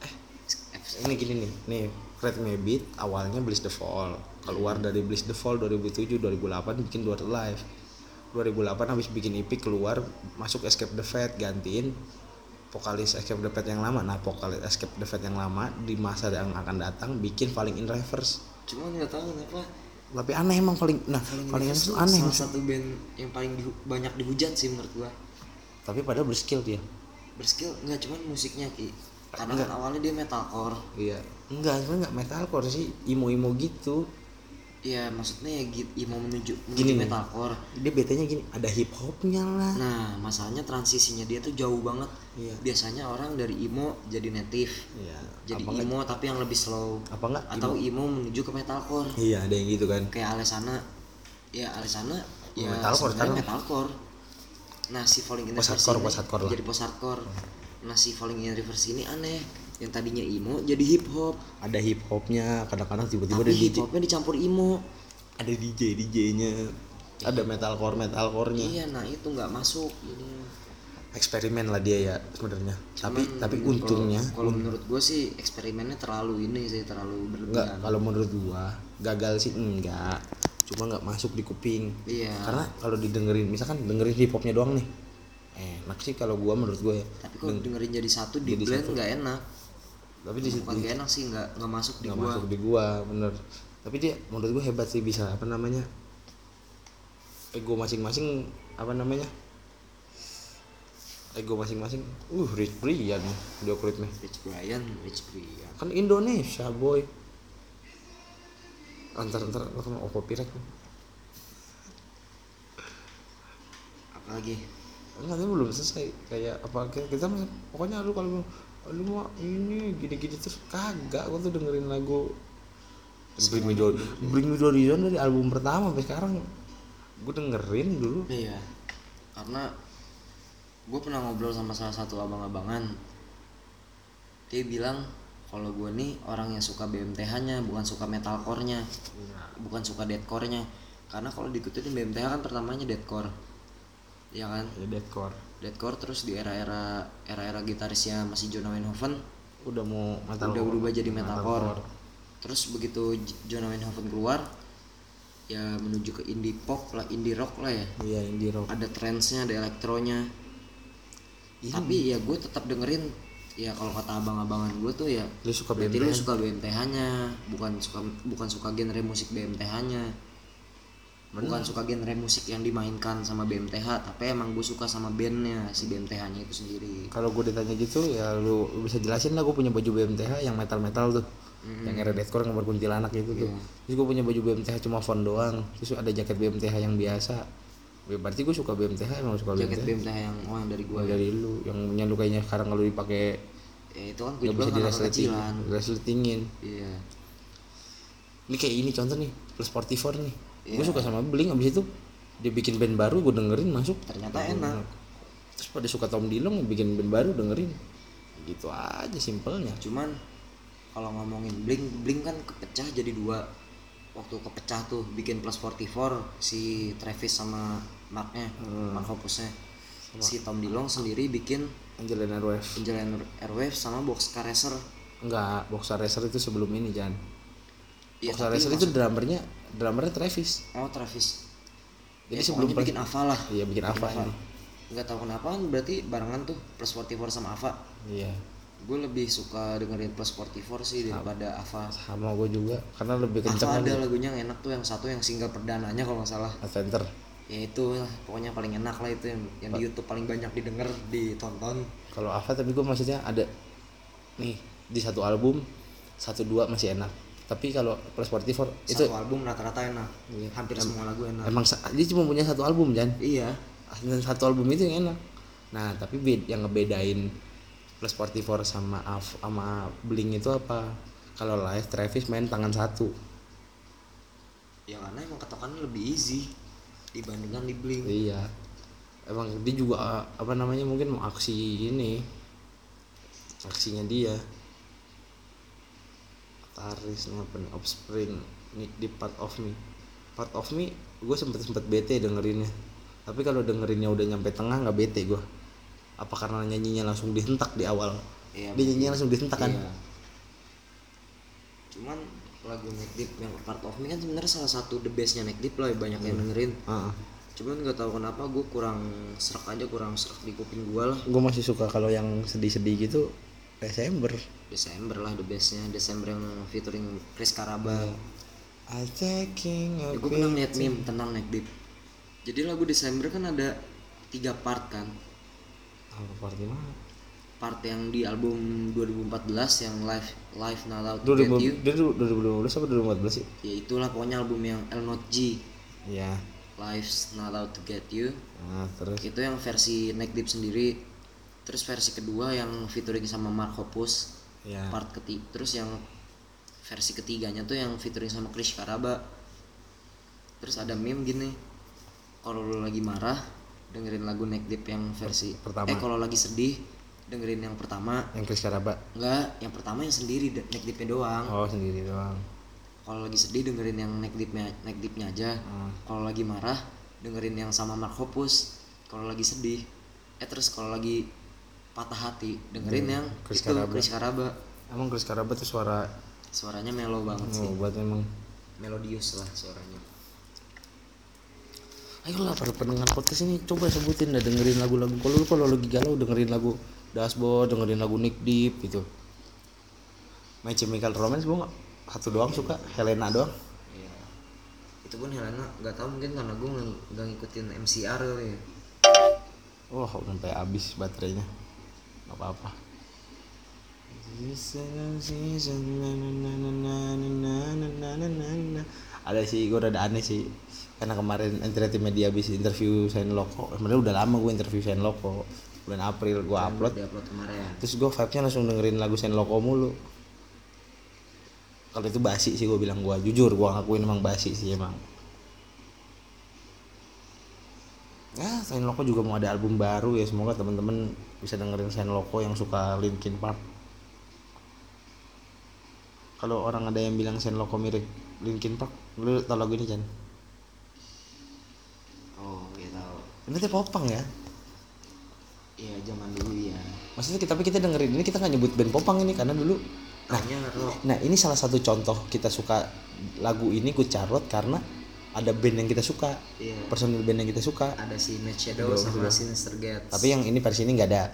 Ini gini nih Crack Maybe awalnya Bless the Fall, keluar dari Bless the Fall 2007 2008 bikin Do It Live. 2008 habis bikin EP keluar masuk Escape the Fate, gantiin vokalis Escape the Fate yang lama. Nah vokalis Escape the Fate yang lama di masa yang akan datang bikin Falling in Reverse. Cuman nggak tahu kenapa. Tapi aneh emang Falling in Reverse aneh. Salah satu band yang paling banyak dihujat sih menurut gua. Tapi padahal berskill dia. Berskill nggak, cuman musiknya karena kan awalnya dia metalcore. Iya. Sebenarnya enggak metalcore sih, emo gitu. Iya, maksudnya ya gitu, mau menuju Gini, metalcore. Dia betanya gini, ada hip hopnya lah. Nah, masalahnya transisinya dia tuh jauh banget. Iya. Biasanya orang dari emo jadi native. Iya. Jadi emo tapi yang lebih slow. Apa enggak? Atau emo menuju ke metalcore. Iya, ada yang gitu kan. Kayak Alesana. Ya Alesana ya metalcore. Metalcore. Nah, si Falling in Reverse jadi post hardcore. Nah, si Falling in Reverse ini aneh. Yang tadinya emo jadi hip hop. Ada hip hopnya, kadang-kadang tiba-tiba tapi ada hip DJ. hopnya dicampur emo. Ada DJ-nya. Ada metalcore-nya. Iya, nah itu nggak masuk ini. Eksperimen lah dia ya sebenarnya. Tapi untungnya kalau menurut gue sih eksperimennya terlalu berlebihan. Kalau menurut gua gagal sih enggak. Cuma nggak masuk di kuping. Iya. Karena kalau didengerin, misalkan dengerin hip hopnya doang nih. Enak sih kalau gua, menurut gua ya. Tapi kalau dengerin jadi satu di blend nggak enak. Tapi di situ nggak enak sih, nggak masuk di nggak gua. masuk di gua, bener. Tapi dia menurut gua hebat sih, bisa apa namanya, ego masing-masing Rich Brian video klipnya. Rich Brian Kan Indonesia boy. Antar sama copyright. Apalagi? Enggak, tapi belum selesai. Kayak apa kita pokoknya lu kalau lu mau ini gini-gini terus kagak. Gua tuh dengerin lagu Bring Me The Horizon dari album pertama sampai sekarang gua dengerin dulu. Iya. Karena gue pernah ngobrol sama salah satu abang-abangan. Dia bilang kalau gue nih orang yang suka BMTH-nya, bukan suka metalcore-nya, bukan suka deathcore-nya. Karena kalau diikutin BMTH kan pertamanya deathcore, ya kan? Ya deathcore Terus di era gitarisnya masih John Wenhoven udah mau udah berubah jadi metalcore. Terus begitu John Wenhoven keluar, ya menuju ke indie pop lah, indie rock lah ya. Iya, indie rock. Ada trance-nya, ada elektronya. Tapi ya gue tetap dengerin. Ya kalau kata abang-abangan gue tuh ya, lu suka berarti lu suka BMTH-nya, bukan suka genre musik BMTH-nya. Bukan suka genre musik yang dimainkan sama BMTH, tapi emang gue suka sama bandnya si BMTH-nya itu sendiri. Kalau gue ditanya gitu ya lu bisa jelasin lah. Gue punya baju BMTH yang metal tuh, yang era deathcore gambar kuntilanak gitu tuh. Terus gue punya baju BMTH cuma font doang. Terus ada jaket BMTH yang biasa. Berarti gue suka BMTH, emang suka jaket BMTH yang dari gue. Dari lu, yang punya lu kayaknya sekarang kalau dipakai ya itu kan gue juga karena kecilan. Resletingin. Iya. Ini kayak ini contoh nih, Plus 44 nih. Gue suka sama Blink, abis itu dia bikin band baru, gue dengerin masuk. Ternyata enak. Terus pada suka Tom Dilong, bikin band baru dengerin. Gitu aja simpelnya. Cuman kalau ngomongin Blink kan kepecah jadi dua. waktu kepecah tuh bikin Plus 44 si Travis sama Mark Hoppusnya. Si Tom Dillon sendiri bikin Angel and Airwaves sama Boxcar Racer. Enggak, Boxcar Racer itu sebelum ini Jan. Iya, Boxcar Racer itu drummernya Travis. Oh, Travis. Jadi Ya, sebelum bikin Ava lah. Iya, bikin Ava ini. Nggak tahu kenapa berarti barengan tuh Plus 44 sama Ava. Iya. Gue lebih suka dengerin Plus 44 sih daripada Ava. Sama gue juga karena lebih kenceng. Ava ada lagunya yang enak tuh, yang satu yang single perdananya kalau nggak salah. Adventure. Ya itu lah, pokoknya paling enak lah itu yang di YouTube paling banyak didengar, ditonton. Kalau Ava tapi gue maksudnya ada nih di satu album 1-2 masih enak. Tapi kalau Plus 44 itu satu album rata-rata enak. Iya. Hampir semua lagu enak. Emang dia cuma punya satu album Jan. Iya. Dan satu album itu yang enak. Nah tapi yang ngebedain Plus 44 sama Blink itu apa? Kalau live Travis main tangan satu. Ya karena emang ketokannya lebih easy dibandingkan di Blink. Iya. Emang dia juga apa namanya mungkin mau aksinya dia. Taris ngapain Offspring di Part of Me gue sempet bete dengerinnya. Tapi kalau dengerinnya udah nyampe tengah nggak bete gue. Apa karena nyanyinya langsung dihentak di awal? Iya, Dia nyanyinya langsung dihentak kan? Iya. Cuman lagu Neck Deep yang Part of Me kan sebenarnya salah satu the bestnya Neck Deep lah, banyak yang dengerin. Cuman nggak tahu kenapa gue kurang serak di kuping gue lah. Gue masih suka kalau yang sedih-sedih gitu Desember lah the bestnya. Desember yang featuring Chris Caraba. Gue pernah lihat meme tentang Neck Deep. Jadi lagu Desember kan ada 3 part kan. Apa part gimana? Part yang di album 2014 yang Live Not Out to Get You. Dia 2012 apa 2014 sih? Ya itulah pokoknya album yang L Not G. Iya. Live's Not Out to Get You. Nah, terus Itu yang versi Neck Deep sendiri. Terus versi kedua yang featuring sama Mark Hoppus. Iya. Part ketiga. Terus yang versi ketiganya tuh yang featuring sama Chris Caraba. Terus ada meme gini. Kalau lu lagi marah, dengerin lagu Neck Deep yang versi pertama. Kalau lagi sedih, dengerin yang pertama. Yang Chris Caraba. Enggak, yang pertama yang sendiri Neck Deep-nya doang. Oh, sendiri doang. Kalau lagi sedih dengerin yang Neck Deep-nya aja. Kalau lagi marah dengerin yang sama Mark Hoppus. Kalau lagi sedih, terus kalau lagi patah hati dengerin yang Chris Caraba. Emang Chris Caraba tuh suaranya melo banget sih. Buat emang melodius lah suaranya. Ayo lah para pendengar podcast ini coba sebutin dah dengerin lagu-lagu. Kalau lagi galau dengerin lagu Dashboard, dengerin lagu Neck Deep gitu. My Chemical Romance gue satu doang suka, Helena doang. Iya. Itu pun Helena nggak tahu mungkin karena gue nggak ngikutin MCR kali ya. Wah udah sampai habis baterainya. Gak apa-apa. Ada sih, gue rada aneh sih karena kemarin Entertainment Media habis interview Shane Loco. Sebenarnya udah lama gue interview Shane Loco, bulan April gue upload kemarin. Terus gue vibe-nya langsung dengerin lagu Shane Loco mulu. Kalau itu basi sih gue bilang, gue jujur gue ngakuin emang basi sih emang. Ya Shane Loco juga mau ada album baru ya, semoga teman-teman bisa dengerin Shane Loco yang suka Linkin Park. Kalau orang ada yang bilang Shane Loco mirip Linkin Park, lu tau lagu ini kan? Oh iya tahu. Ini tuh popang ya? Iya zaman dulu ya. Maksudnya tapi kita dengerin ini, kita nggak nyebut band popang ini karena dulu. Nah ini salah satu contoh kita suka lagu ini Good Charlotte karena ada band yang kita suka, personil band yang kita suka. Ada si Mad Shadow sama Sinister Gates. Tapi yang ini versi ini nggak ada.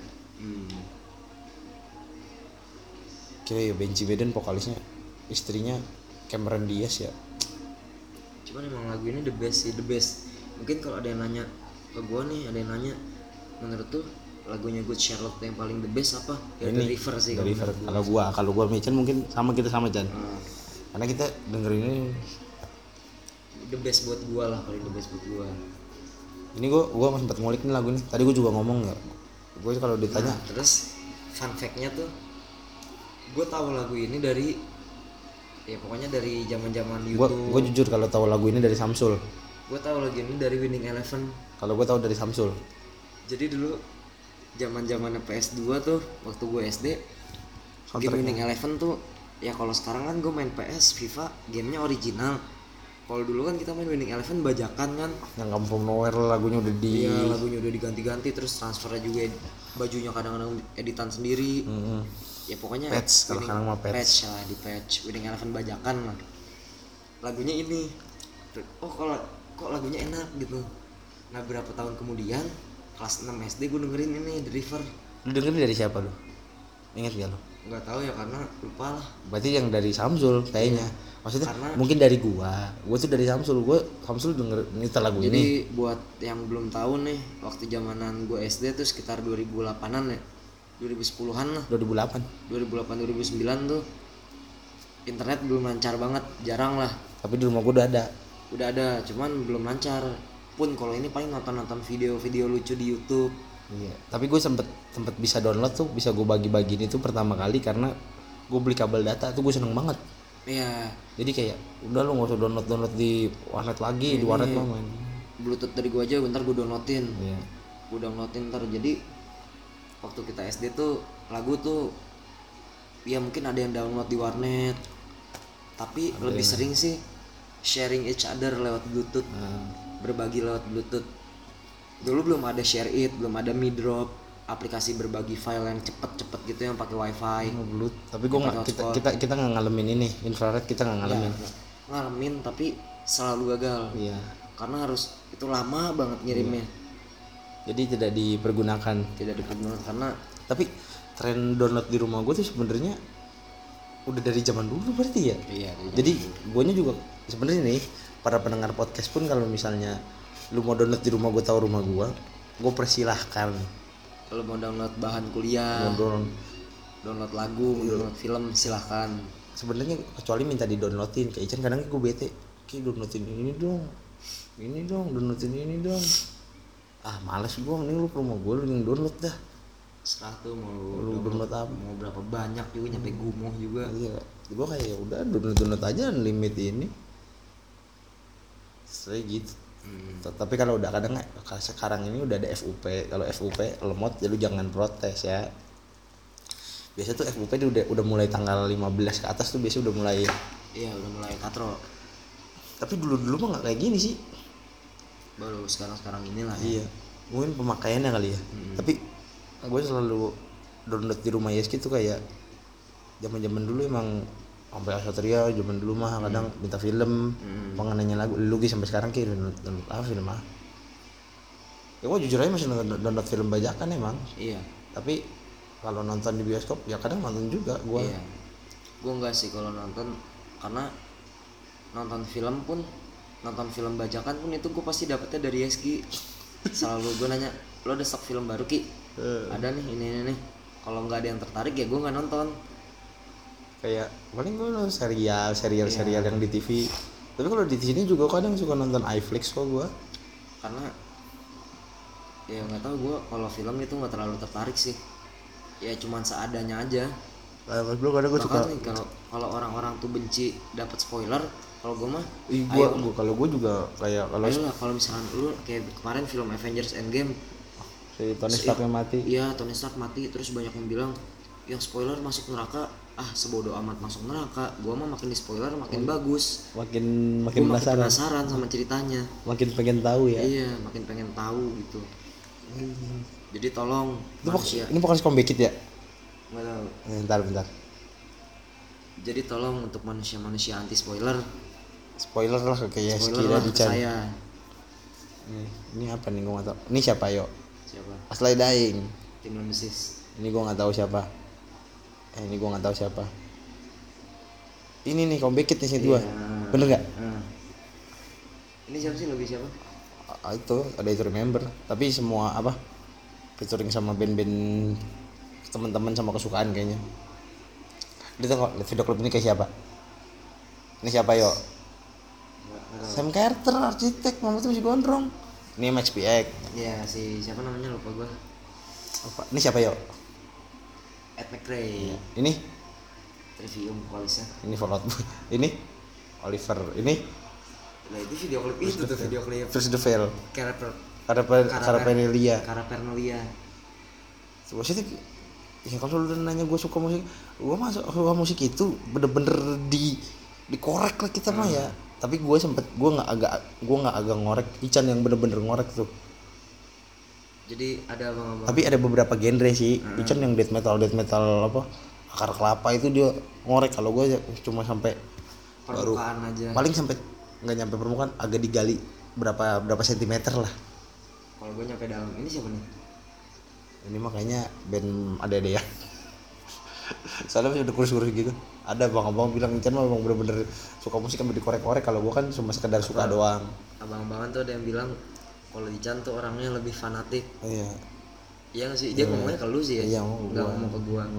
Oke, Benji Madden vokalisnya, istrinya Cameron Diaz ya. Cuman emang lagu ini the best sih, the best. Mungkin kalau ada yang nanya ke gua nih, ada yang nanya, menurut tuh lagunya Good Charlotte yang paling the best apa? Ya ini, The River sih. The River. Kalau gua Michan mungkin kita sama Chan. Karena kita dengerin ini the best buat gua lah, paling the best buat gua. Ini gua sempat ngulik nih lagu ini. Tadi gua juga ngomong ya. Gua kalau ditanya. Terus fun fact-nya tuh, gua tahu lagu ini dari ya pokoknya dari zaman-zaman YouTube. Gua jujur kalau tahu lagu ini dari Samsul. Gua tahu lagu ini dari Winning Eleven. Kalau gua tahu dari Samsul. Jadi dulu zaman-zamannya PS2 tuh waktu gua SD, game Winning Eleven tuh ya kalau sekarang kan gua main PS, FIFA, gamenya original. Kalau dulu kan kita main Winning Eleven bajakan kan. Yang Come From Nowhere lagunya udah di Iya, lagunya udah diganti-ganti, terus transfernya juga bajunya kadang-kadang editan sendiri. Ya pokoknya patch, kalau sekarang mah patch. lah, di patch Winning Eleven bajakan lah. Lagunya ini. Oh, kok lagunya enak gitu. Nah, berapa tahun kemudian kelas 6 SD gue dengerin ini The River. Lu dengerin dari siapa lu? Ingat gak lu? Nggak tahu ya karena lupa lah. Berarti yang dari Samsul kayaknya. Maksudnya Karena- mungkin dari gua tuh dari Samsul. Samsul denger nyetel lagu Jadi ini. buat yang belum tahu nih, waktu zamanan gue SD tuh sekitar 2008-an ya. 2010-an lah. 2008. 2008 2009 tuh internet belum lancar banget, jarang lah. Tapi di rumah gua udah ada. Udah ada, cuman belum lancar. Pun kalau ini paling nonton video-video lucu di YouTube. Iya. Tapi gue sempet bisa download tuh, bisa gue bagi-bagiin itu pertama kali karena gue beli kabel data tuh gue seneng banget. Iya, Jadi kayak udah lu nggak usah download di warnet lagi, di warnet mah main. Bluetooth dari gue aja bentar gue downloadin. Iya. Gue downloadin ntar. Jadi waktu kita SD tuh lagu tuh ya mungkin ada yang download di warnet, tapi lebih sering sih sharing each other lewat Bluetooth. Berbagi lewat Bluetooth. Dulu belum ada Share It, belum ada Mi Drop, aplikasi berbagi file yang cepet gitu yang pakai wifi. Tapi gue nggak, kita nggak ngalamin ini infrared, kita nggak ngalamin. Ya, ngalamin tapi selalu gagal. Iya. Karena harus itu lama banget ngirimnya. Jadi tidak dipergunakan. Tidak dipergunakan karena Tapi tren download di rumah gue tuh sebenarnya udah dari zaman dulu berarti ya. iya. Jadi guanya juga sebenarnya nih para pendengar podcast pun kalau misalnya lu mau download di rumah gue, tahu rumah gue persilahkan. Kalau mau download bahan kuliah, Mau download lagu, download film silahkan. sebenarnya kecuali minta di downloadin. Kayak Ican kadang gue bete, kayak downloadin ini dong, downloadin ini dong. Ah males gue, mending lu ke rumah gue, lu yang download dah. Serah tuh mau Lu download apa? mau berapa banyak juga, nyampe gumoh juga. Iya, gue kayak ya udah download aja limit ini. Saya gitu. Tapi kalau udah kadang sekarang ini udah ada FUP. Kalau FUP lemot ya lu jangan protes ya. Biasa tuh FUP udah mulai tanggal 15 ke atas tuh biasa udah mulai. Iya, udah mulai katro. Tapi dulu mah nggak kayak gini sih. Baru sekarang inilah ya. Iya. Mungkin pemakaiannya kali ya. Tapi gue selalu download di rumah Yeski tuh kayak zaman dulu emang sampai Asatria zaman dulu mah kadang minta film, pengenanya lagu lu sampai sekarang kayak download apa film ah. Ya gue jujur aja masih download film bajakan emang. Iya. Tapi kalau nonton di bioskop ya kadang nonton juga gue. Iya. Gue enggak sih kalau nonton, karena nonton film bajakan pun itu gue pasti dapetnya dari Yeski. Selalu gue nanya, lo ada stok film baru Ki? Ada nih, ini nih. Kalau nggak ada yang tertarik ya gue nggak nonton. Kayak paling gue nonton serial yang di TV. Tapi kalau di sini juga kadang suka nonton iFlix kok gue. Karena ya nggak tahu, gue kalau film itu nggak terlalu tertarik sih. Ya cuman seadanya aja. Belum kadang gue suka. Bahkan nih kalau orang-orang tuh benci dapat spoiler, kalau gue mah Kalau gue juga kayak kalau misalkan lu kayak kemarin film Avengers Endgame, si Tony Stark mati. Iya, Tony Stark mati, terus banyak yang bilang yang spoiler masuk neraka. Sebodoh amat masuk neraka. Gua mah makin di spoiler makin bagus. Makin Gua makin penasaran sama ceritanya. makin pengen tahu ya. Iya, makin pengen tahu gitu. Jadi tolong Ini bukan Skombekit ya? nggak tahu. Bentar. Jadi tolong untuk manusia-manusia anti spoiler Spoiler lah kayak lah ke Dican. saya. Ini apa nih gue nggak tahu. Ini siapa yo? Siapa? Aslay Daing. Tim Nemesis. Ini gue nggak tahu siapa. Ini gue nggak tahu siapa. Ini nih Skombekit nih dua. Bener nggak? Ini siapa sih, lebih siapa? Itu ada itu Remember. Tapi semua apa? Featuring sama band-band teman-teman sama kesukaan kayaknya. Dia tengok video klip ini kayak siapa? Ini siapa yo? Sam Carter, arsitek, mama tuh masih gondrong. Ini Max PX. Iya, si siapa namanya lupa gua. Apa? Ini siapa yo? Ed McRae. Ini Trivium vokalisnya. ini Fallout Boy. Ini Oliver. Ini Nah itu video klip itu tuh video klip First the Veil. Carapanelia. Maksudnya ya kalau lu nanya gue suka musik itu bener-bener dikorek lah kita mah ya. Tapi gue nggak agak ngorek Ican yang bener-bener ngorek tuh. Jadi ada abang-abang. Tapi ada beberapa genre sih. Ican yang death metal apa akar kelapa itu dia ngorek. Kalau gue cuma sampai permukaan baru, aja. paling sampai nggak nyampe permukaan, agak digali berapa sentimeter lah. Kalau gue nyampe dalam. Ini siapa nih? Ini makanya band ada ya. Soalnya udah kurus-kurus gitu. Ada abang-abang bilang Ican mah memang bener-bener suka musik sampai dikorek-korek. Kalau gue kan cuma sekedar suka doang. Abang-abangan tuh ada yang bilang kalau Ican tuh orangnya lebih fanatik. Iya. Iya nggak sih? Dia ngomongnya ke lu sih ya. Iya, nggak ngomong ke gua.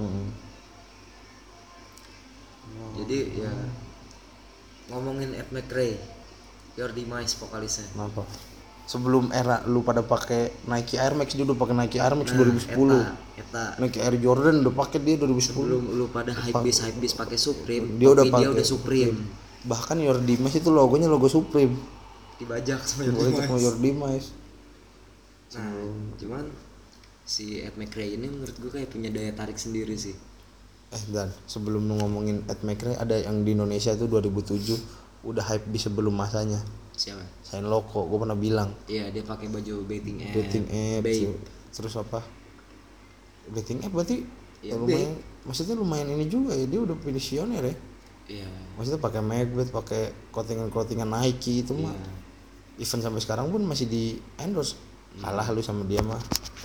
Jadi ya ngomongin Ed McRae, Your Demise vokalisnya. Kenapa? Sebelum era lu pada pakai Nike Air Max, dia udah pakai Nike Air Max 2010. Eta. Nike Air Jordan udah pakai dia 2010. Sebelum lu pada hypebeast pakai Supreme, dia udah Supreme. Bahkan Your Demise itu logonya logo Supreme. Dibajak sama Your Demise. Nah, cuman si Ed McRae ini menurut gue kayak punya daya tarik sendiri sih. Dan sebelum lu ngomongin Ed McRae, ada yang di Indonesia itu 2007 udah hype di sebelum masanya. Siapa? Sain Loco, gue pernah bilang. Iya, dia pakai baju Betting App. Babe. Terus apa? Betting App berarti ya, lumayan, maksudnya lumayan ini juga ya, dia udah visioner ya. Iya. Maksudnya pakai Macbeth, pakai coatingan Nike itu mah. Even sampai sekarang pun masih di endorse. Kalah lu sama dia mah.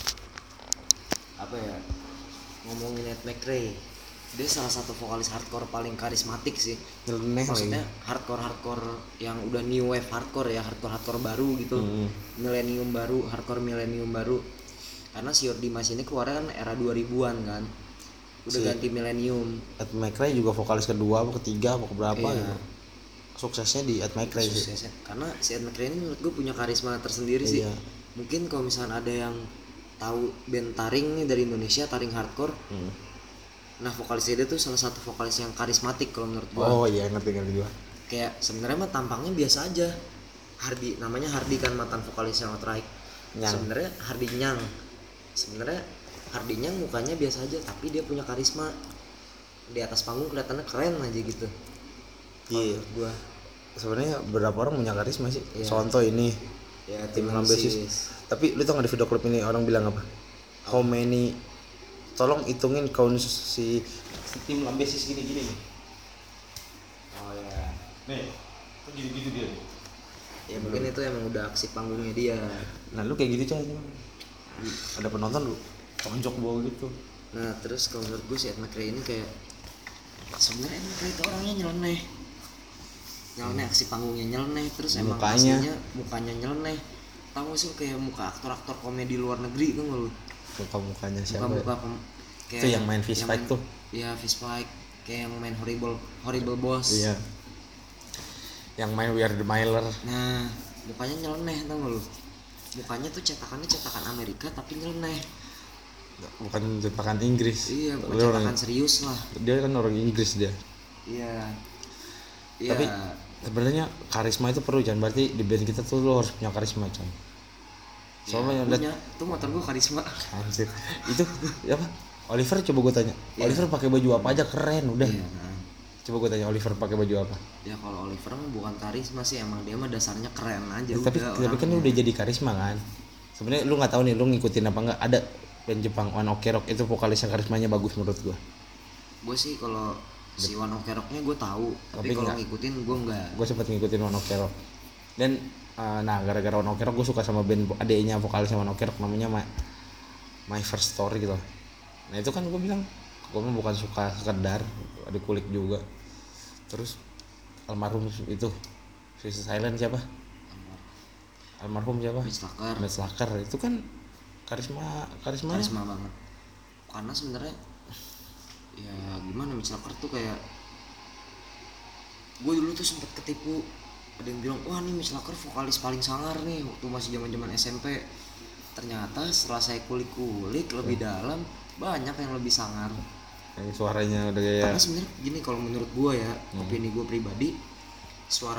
Apa ya? Ngomongin Ed McRae, dia salah satu vokalis hardcore paling karismatik sih. Nyeleneh Maksudnya lagi. hardcore yang udah new wave hardcore ya, hardcore baru gitu. Millennium baru. Karena si Your Demise ini keluarnya kan era 2000-an kan. Udah ganti millennium. Ed McRae juga vokalis kedua atau ketiga atau berapa gitu. Suksesnya di Ed McRae sih. Karena si Ed McRae ini menurut gue punya karisma tersendiri sih. Mungkin kalau misalnya ada yang tahu band Taring nih dari Indonesia, Taring hardcore. Nah, vokalisnya dia tuh salah satu vokalis yang karismatik kalau menurut gua. Oh iya, ngerti gua. Kayak sebenarnya mah tampangnya biasa aja. Hardy, namanya Hardy kan, mantan vokalis yang Outright. Sebenarnya Hardy Nyang. Sebenarnya Hardy Nyang mukanya biasa aja, tapi dia punya karisma. Di atas panggung kelihatannya keren aja gitu. Iya, gua. Sebenarnya beberapa orang punya karisma sih. Contoh ini. Ya, Tim Lambesis. Tapi lu tau gak di video klip ini orang bilang apa? How many, tolong hitungin count si Tim Lambesis gini nih. Oh ya. Nih, kok gitu dia nih. Ya mungkin itu emang udah aksi panggungnya dia. Nah lu kayak gitu aja. Ada penonton lu tonjok bawah gitu. Nah terus kalau menurut gue si Ed McRae ini kayak sebenarnya Ed McRae itu orangnya nyeleneh. Aksi panggungnya nyeleneh, terus emang mukanya nyeleneh. Tahu gak sih kayak muka aktor-aktor komedi luar negeri tuh nggak lu? Mukanya siapa? Kayak itu yang main Fist Fight tuh. Iya, Fist Fight, kayak yang main Horrible Boss. Iya. Yang main We Are The Mailer. Nah, mukanya nyeleneh tau gak lu? Mukanya tuh cetakan Amerika tapi nyeleneh. Bukan cetakan Inggris. Iya, bukan cetakan serius lah. Dia kan orang Inggris dia. Iya. Tapi sebenarnya karisma itu perlu, Chan. Berarti di band kita tuh lo harus punya karisma, Chan. Soalnya punya, tuh motor gua karisma. Anjir. Itu apa? Oliver, coba gue tanya. Oliver pakai baju apa aja keren udah. Coba gue tanya Oliver pakai baju apa? Ya kalau Oliver mah bukan karisma sih, emang dia mah dasarnya keren aja. Tapi kan udah jadi karisma kan. Sebenarnya lu nggak tahu nih, lu ngikutin apa nggak? Ada band Jepang One Ok Rock, itu vokalisnya karismanya bagus menurut gua. Gue sih kalau si One Ok Rocknya gue tahu, tapi kalau ngikutin gue enggak. Gue sempet ngikutin One Ok Rock. Dan gara-gara One Ok Rock gue suka sama band adeknya vokalisnya One Ok Rock, namanya My First Story gitu. Nah itu kan gue bilang, gue mah bukan suka sekedar, ada kulik juga. Terus almarhum itu Swiss Silent siapa? Almarhum siapa? Mitch Lacker. Itu kan karisma banget. Karena sebenarnya ya gimana, Mitch Lacker tuh kayak, gue dulu tuh sempet ketipu. Ada yang bilang, wah nih Mitch Lacker vokalis paling sangar nih waktu masih zaman SMP. Ternyata setelah saya kulik-kulik lebih dalam, banyak yang lebih sangar. Yang suaranya udah kayak. Karena sebenarnya gini, kalau menurut gue ya, opini gue pribadi, suara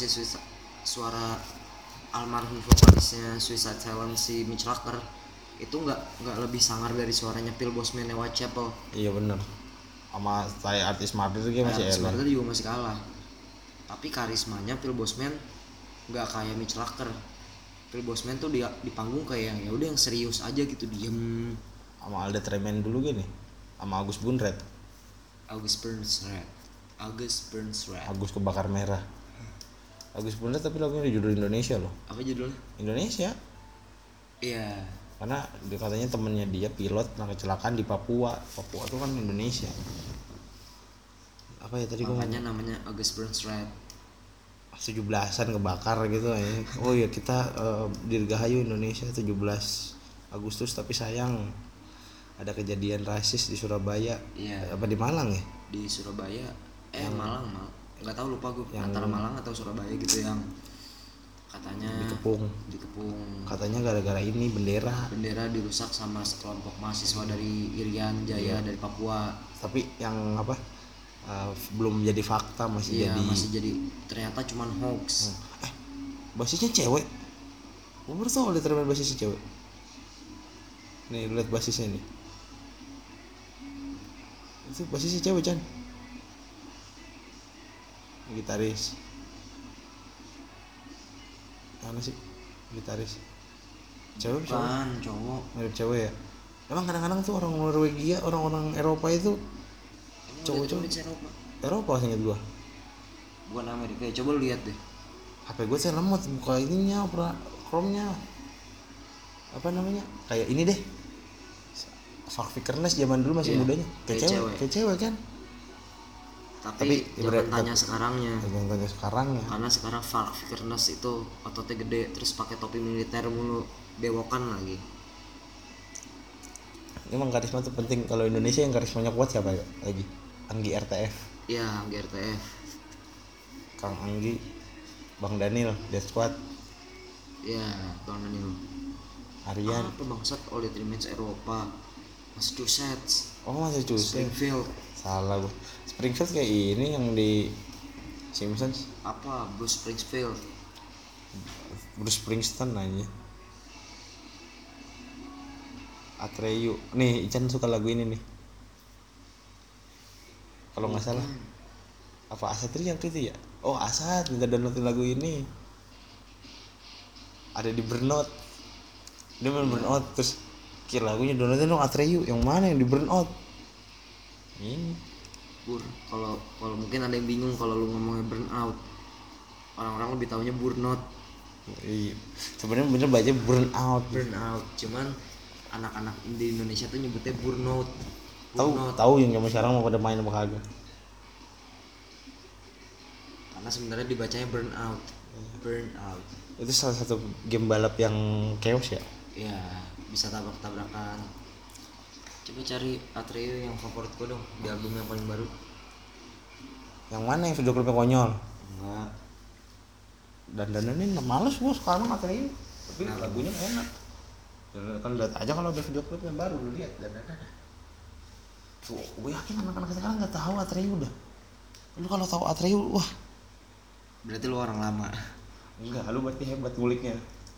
almarhum vokalisnya Suicide Silence si Mitch Lacker itu nggak lebih sangar dari suaranya Phil Bosman yang Whitechapel. Iya benar. Sama saya artis Murder juga masih Artis Murder juga masih kalah. Tapi karismanya Phil Bosman nggak kayak Mitch Lacker. Phil Bosman tuh dia di panggung kayak ya udah yang serius aja gitu, diem. Sama Alda Tremen dulu gini, sama Agus Bunret. August Burns Red. Agus kebakar merah. Agus Bunret tapi lagunya di judul Indonesia loh. Apa judulnya? Indonesia. Iya. Karena katanya temennya dia pilot pernah kecelakaan di Papua. Papua tuh kan Indonesia. Apa ya tadi Makanya namanya August Burns Red. 17-an kebakar gitu ya. Oh ya kita Dirgahayu Indonesia 17 Agustus tapi sayang ada kejadian rasis di Surabaya. Iya. Apa di Malang ya? Di Surabaya. Malang. Nggak tahu, lupa gue. Antara Malang atau Surabaya gitu yang katanya dikepung. Katanya gara-gara ini bendera dirusak sama sekelompok mahasiswa dari Irian Jaya dari Papua. Tapi yang apa? Belum jadi fakta, masih jadi ternyata cuman hoax. Basisnya cewek. Gue baru tau ada terima basisnya cewek. Nih lihat basisnya nih. Itu basisnya cewek Chan. Gitaris. Mana sih gitaris? Cewek Bukan, cowok. Mirip cewek ya. Emang kadang-kadang tuh orang Norwegia, orang-orang Eropa itu cowok-cowok Eropa seinget gua. Bukan Amerika ya, coba lu lihat deh. HP gua saya lemot buka ininya, Chrome-nya. Apa namanya? Kayak ini deh. Fakfikerness zaman dulu masih mudanya. Kayak cewek kan? Tapi jangan tanya sekarangnya. Jangan tanya sekarangnya. Karena sekarang Fakfikerness itu ototnya gede, terus pakai topi militer mulu, bewokan lagi. Emang karisma tuh penting. Kalau Indonesia yang karismanya kuat siapa ya? Lagi Anggi RTF. Iya, Anggi RTF. Kang Anggi, Bang Daniel, Death Squad. Iya, Bang Daniel. Aryan. Apa bangsat All That Remains Eropa? Massachusetts. Oh, Massachusetts. Springfield. Salah gua. Springfield kayak ini yang di Simpsons. Apa? Bruce Springfield. Bruce Springsteen aja. Atreyu. Nih, Ican suka lagu ini nih. Kalau nggak salah. Apa Asatri yang itu ya? Oh, Asat minta downloadin lagu ini. Ada di Burnout. Dia main Burnout terus kira lagunya downloadin dong Atreyu. Yang mana yang di Burnout? Ini. Kalau mungkin ada yang bingung kalau lu ngomongnya Burnout. Orang-orang lebih taunya Burnout. Iya. Sebenarnya bener baca Burnout. Cuman anak-anak di Indonesia tuh nyebutnya Burnout. Tahu yang zaman sekarang mau pada main apa kagak? Karena sebenarnya dibacanya Burnout. Itu salah satu game balap yang chaos ya? Iya, bisa tabrak-tabrakan. Coba cari Atreyu yang favorit gue dong di album yang paling baru. Yang mana yang video klipnya konyol? Enggak. Dan ini males gua sekarang Atreyu. Tapi lagunya enak. Kan lihat aja kalau ada video klip yang baru lu lihat dan tuh gue yakin anak-anak sekarang nggak tahu Atreyu dah. Lu kalau tahu Atreyu wah berarti lu orang lama. Enggak, lu berarti hebat nguliknya.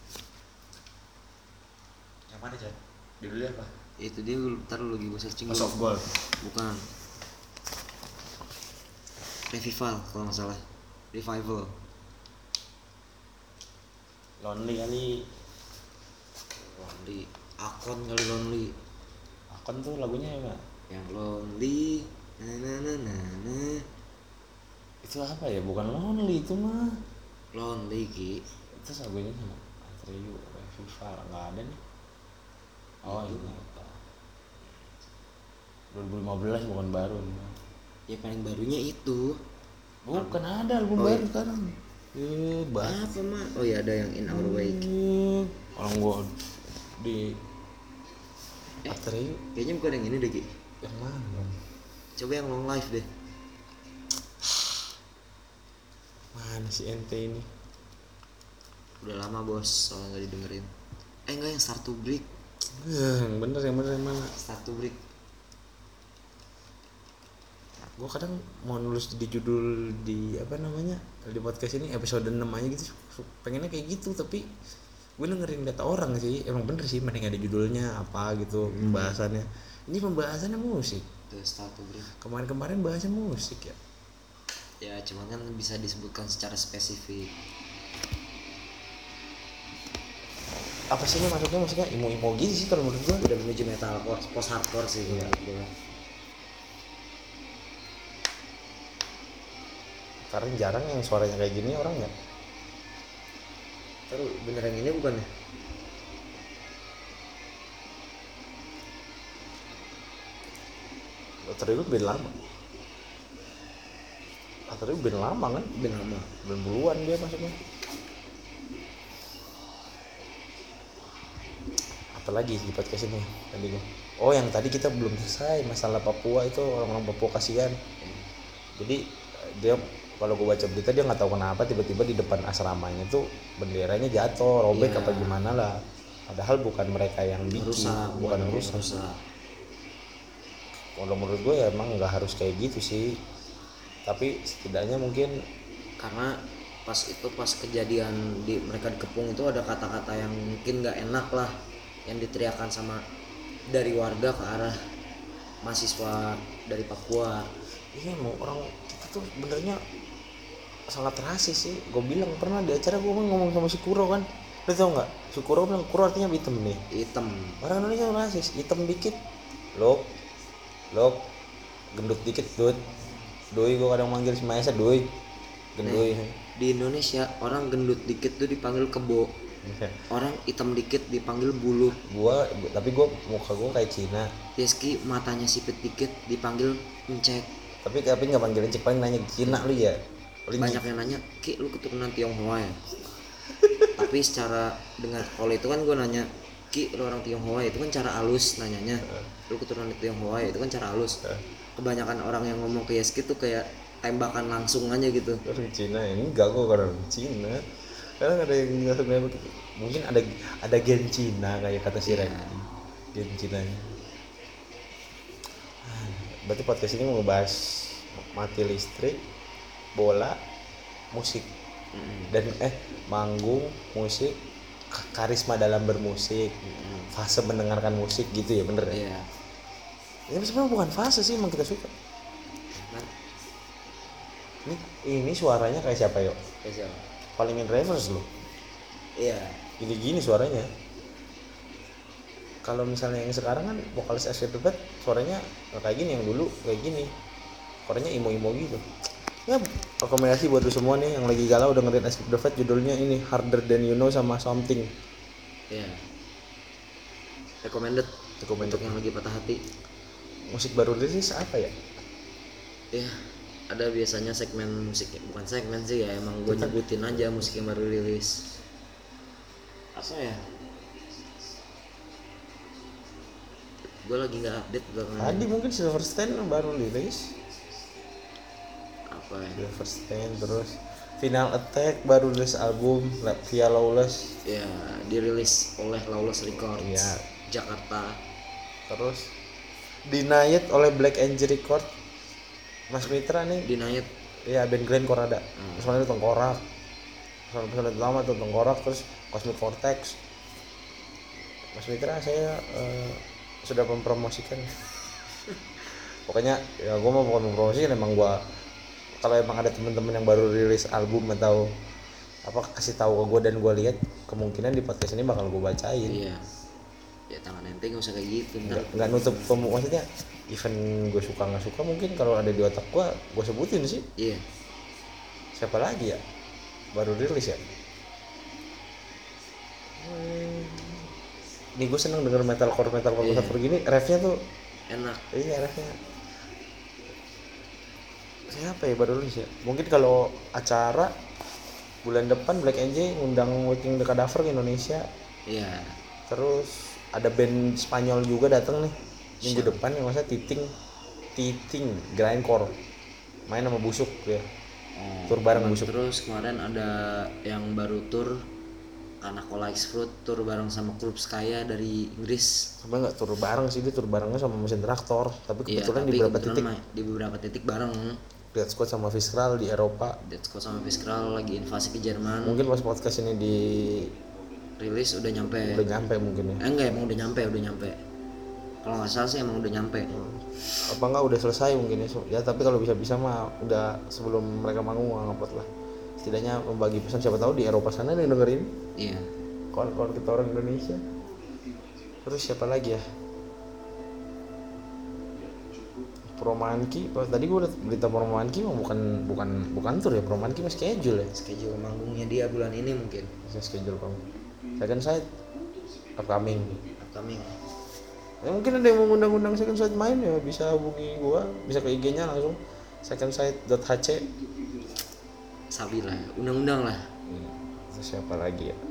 Yang mana Chan? Judulnya apa? Itu dia, ntar lu lagi gue searching. Softball. Bukan. Revival kalau nggak salah. Revival. Lonely kali. Akon kali Lonely. Akon tuh lagunya ya Mbak? Yang Lonely. Na. Itu apa ya? Bukan Lonely itu mah. Lonely Ki. Itu lagunya sama Atreyu, Revival nggak ada nih. Oh ini apa? 2015 bukan baru nih. Ya paling barunya itu. Bukan ada album baru sekarang. Apa mah? Oh ya ada yang In Our Wake. Orang gua di Atreyu. Kayaknya bukan yang ini deh Ki. Yang mana? Coba yang Long Life deh. Mana si ente ini? Udah lama bos, soalnya gak didengerin. Enggak, yang Start to Break. Yang bener yang mana? Start to Break. Gue kadang mau nulis di judul di apa namanya di podcast ini episode 6 aja gitu, pengennya kayak gitu, tapi gue dengerin data orang sih, emang bener sih mending ada judulnya apa gitu pembahasannya. Ini pembahasannya musik. Tuh Start to Break. Kemarin bahasnya musik ya. Ya cuman kan bisa disebutkan secara spesifik. Apa sih ini maksudnya emo gitu sih kalau menurut gua. Udah menuju metalcore, post hardcore sih Iya. menurut gue. Karena jarang yang suaranya kayak gini orang ya. Terus bener yang ini bukan ya? Atau itu band lama. Atau itu band lama kan? Band lama. 90-an dia maksudnya. Apalagi di podcast ini tadi gua. Oh yang tadi kita belum selesai masalah Papua itu, orang-orang Papua kasihan. Jadi dia kalau gue baca berita dia nggak tahu kenapa tiba-tiba di depan asramanya tuh benderanya jatuh, robek Iya. apa gimana lah. Padahal bukan mereka yang bikin, bukan rusak. Kalau menurut gue ya emang nggak harus kayak gitu sih. Tapi setidaknya mungkin Karena pas kejadian di mereka dikepung itu ada kata-kata yang mungkin nggak enak lah yang diteriakan sama dari warga ke arah mahasiswa dari Papua. iya emang orang kita tuh benernya sangat rasis sih. Gue bilang pernah di acara gue ngomong sama si Kuro kan, lu tau nggak? Si Kuro bilang Kuro artinya hitam nih. Hitam. Orang Indonesia rasis, hitam dikit lo gendut dikit doi gue kadang manggil si Maesa doi gendoi. Di Indonesia orang gendut dikit tuh dipanggil kebo. Orang hitam dikit dipanggil bulu. Tapi gue muka gue kayak Cina. Yeski matanya sipit dikit dipanggil encek. Tapi nggak panggil encek, paling nanya Cina lu ya. Banyak yang nanya, Ki lu keturunan Tionghoa ya? Tapi secara dengan kalau itu kan gue nanya, Ki lu orang Tionghoa ya? Itu kan cara halus nanyanya. Lu keturunan Tionghoa ya? Itu kan cara halus. Kebanyakan orang yang ngomong ke Yeski tuh kayak tembakan langsung aja gitu. Orang Cina ini enggak kok orang Cina. Kadang ada yang nggak begitu. Mungkin ada gen Cina kayak kata si Ren. Gen Cinanya. Berarti podcast ini mau ngebahas mati listrik, bola, musik. Dan manggung, musik, karisma dalam bermusik, fase mendengarkan musik gitu ya, bener ya? Iya. Ya sebenarnya bukan fase sih, emang kita suka. Ini suaranya kayak siapa yuk? Kayak siapa? Paling in reverse loh. Iya. Gini suaranya. Kalau misalnya yang sekarang kan vokalis Escape the Fate suaranya gak kayak gini, yang dulu kayak gini. Suaranya emo gitu. Ya rekomendasi buat lu semua nih yang lagi galau dengerin Escape the Fate, judulnya ini Harder Than You Know sama Something. Iya. Recommended untuk yang lagi patah hati. Musik baru rilis apa ya? Iya. Ada biasanya segmen musik, bukan segmen sih ya, emang gue nyebutin aja musik yang baru rilis. Apa ya? Gue lagi nggak update belakangan. Tadi mungkin Silver Stand baru rilis. Apa ya? Silver Stand, terus Final Attack baru rilis album via Lawless. Ya, dirilis oleh Lawless Records. Iya. Jakarta. Terus Denied oleh Black Angel Record. Mas Mitra nih. Denied. Iya, band Grand Korada. Soalnya itu Tengkorak. Soalnya pertama tuh Tengkorak, terus Cosmic Vortex. Mas Mitra saya sudah mempromosikan. Pokoknya ya gue mau bukan mempromosikan, emang gue kalau emang ada teman-teman yang baru rilis album atau apa kasih tahu ke gue dan gue lihat, kemungkinan di podcast ini bakal gue bacain. Iya. Ya tangan enteng nggak usah kayak gitu. Nggak nutup maksudnya event gue suka nggak suka, mungkin kalau ada di otak gue sebutin sih. Iya. Siapa lagi ya baru rilis ya? Nih gue seneng denger metalcore gini, refnya tuh Enak. iya refnya. Siapa ya baru rilis ya? Mungkin kalau acara bulan depan Black Angel ngundang Waking the Cadaver ke Indonesia. Iya. Terus ada band Spanyol juga datang nih minggu depan, yang masa Titing Grindcore main sama Busuk ya. Tur bareng Busuk. Terus kemarin ada yang baru tur Kanako Likes Fruit, tur bareng sama Klub Skaya dari Inggris. Sebenarnya nggak tur bareng sih, dia tur barengnya sama mesin traktor, tapi kebetulan Iya, di beberapa titik bareng. Dead Squad sama Visceral di Eropa. Dead Squad sama Visceral lagi invasi ke Jerman. Mungkin pas podcast ini di rilis udah nyampe mungkin ya. Enggak, emang udah nyampe. Kalau nggak salah sih emang udah nyampe. Apa enggak udah selesai mungkin ya, tapi kalau bisa mah udah sebelum mereka manggung ngupload lah, setidaknya membagi pesan, siapa tahu di Eropa sana ada yang dengerin. Iya. Kawan-kawan kita orang Indonesia. Terus siapa lagi ya? Promanki, tadi gue udah berita Promanki mah bukan tour ya, Promanki masih schedule ya. Schedule manggungnya dia bulan ini mungkin. Masih schedule kamu. Second Sight upcoming. Ya, mungkin ada yang mau ngundang-ngundang Second Sight main ya, bisa hubungi gua, bisa ke IG-nya langsung secondsight.hc. Sabila, undang-undang lah. Terus siapa lagi ya?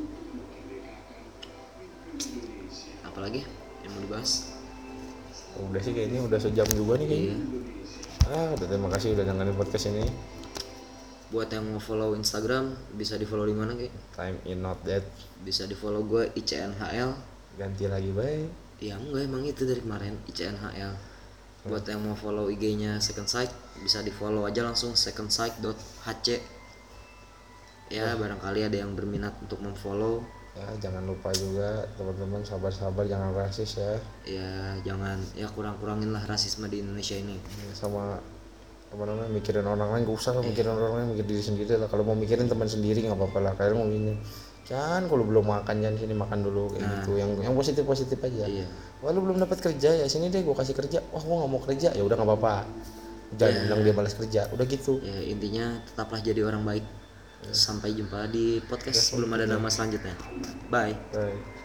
Apalagi yang mau dibahas? Udah sih kayaknya udah sejam juga nih kayaknya. Iya. Udah, terima kasih udah dengerin podcast ini. Buat yang mau follow Instagram bisa di follow di mana kayak? Time in not dead. Bisa di follow gue ICNHL. Ganti lagi baik. Ya enggak, emang itu dari kemarin ICNHL. Buat yang mau follow IG-nya Second Sight bisa di follow aja langsung secondsight.hc. Ya barangkali ada yang berminat untuk memfollow. Ya jangan lupa juga teman-teman, sabar jangan rasis ya. Ya jangan, ya kurang-kurangin lah rasisme di Indonesia ini. Sama apa namanya, mikirin orang lain gak usah lah, mikirin orang lain, mikir diri sendiri lah. Kalau mau mikirin teman sendiri nggak apa-apa lah. Kalian mau ini kan, kalau belum makan jangan sini makan dulu kayak gitu. Yang positif aja. Iya. Wah lu belum dapat kerja ya, sini deh gue kasih kerja. Wah gue nggak mau kerja, ya udah nggak apa-apa. Jangan bilang dia malas kerja, udah gitu. Ya intinya tetaplah jadi orang baik. Sampai jumpa di podcast sebelum ada nama selanjutnya. Bye. Bye.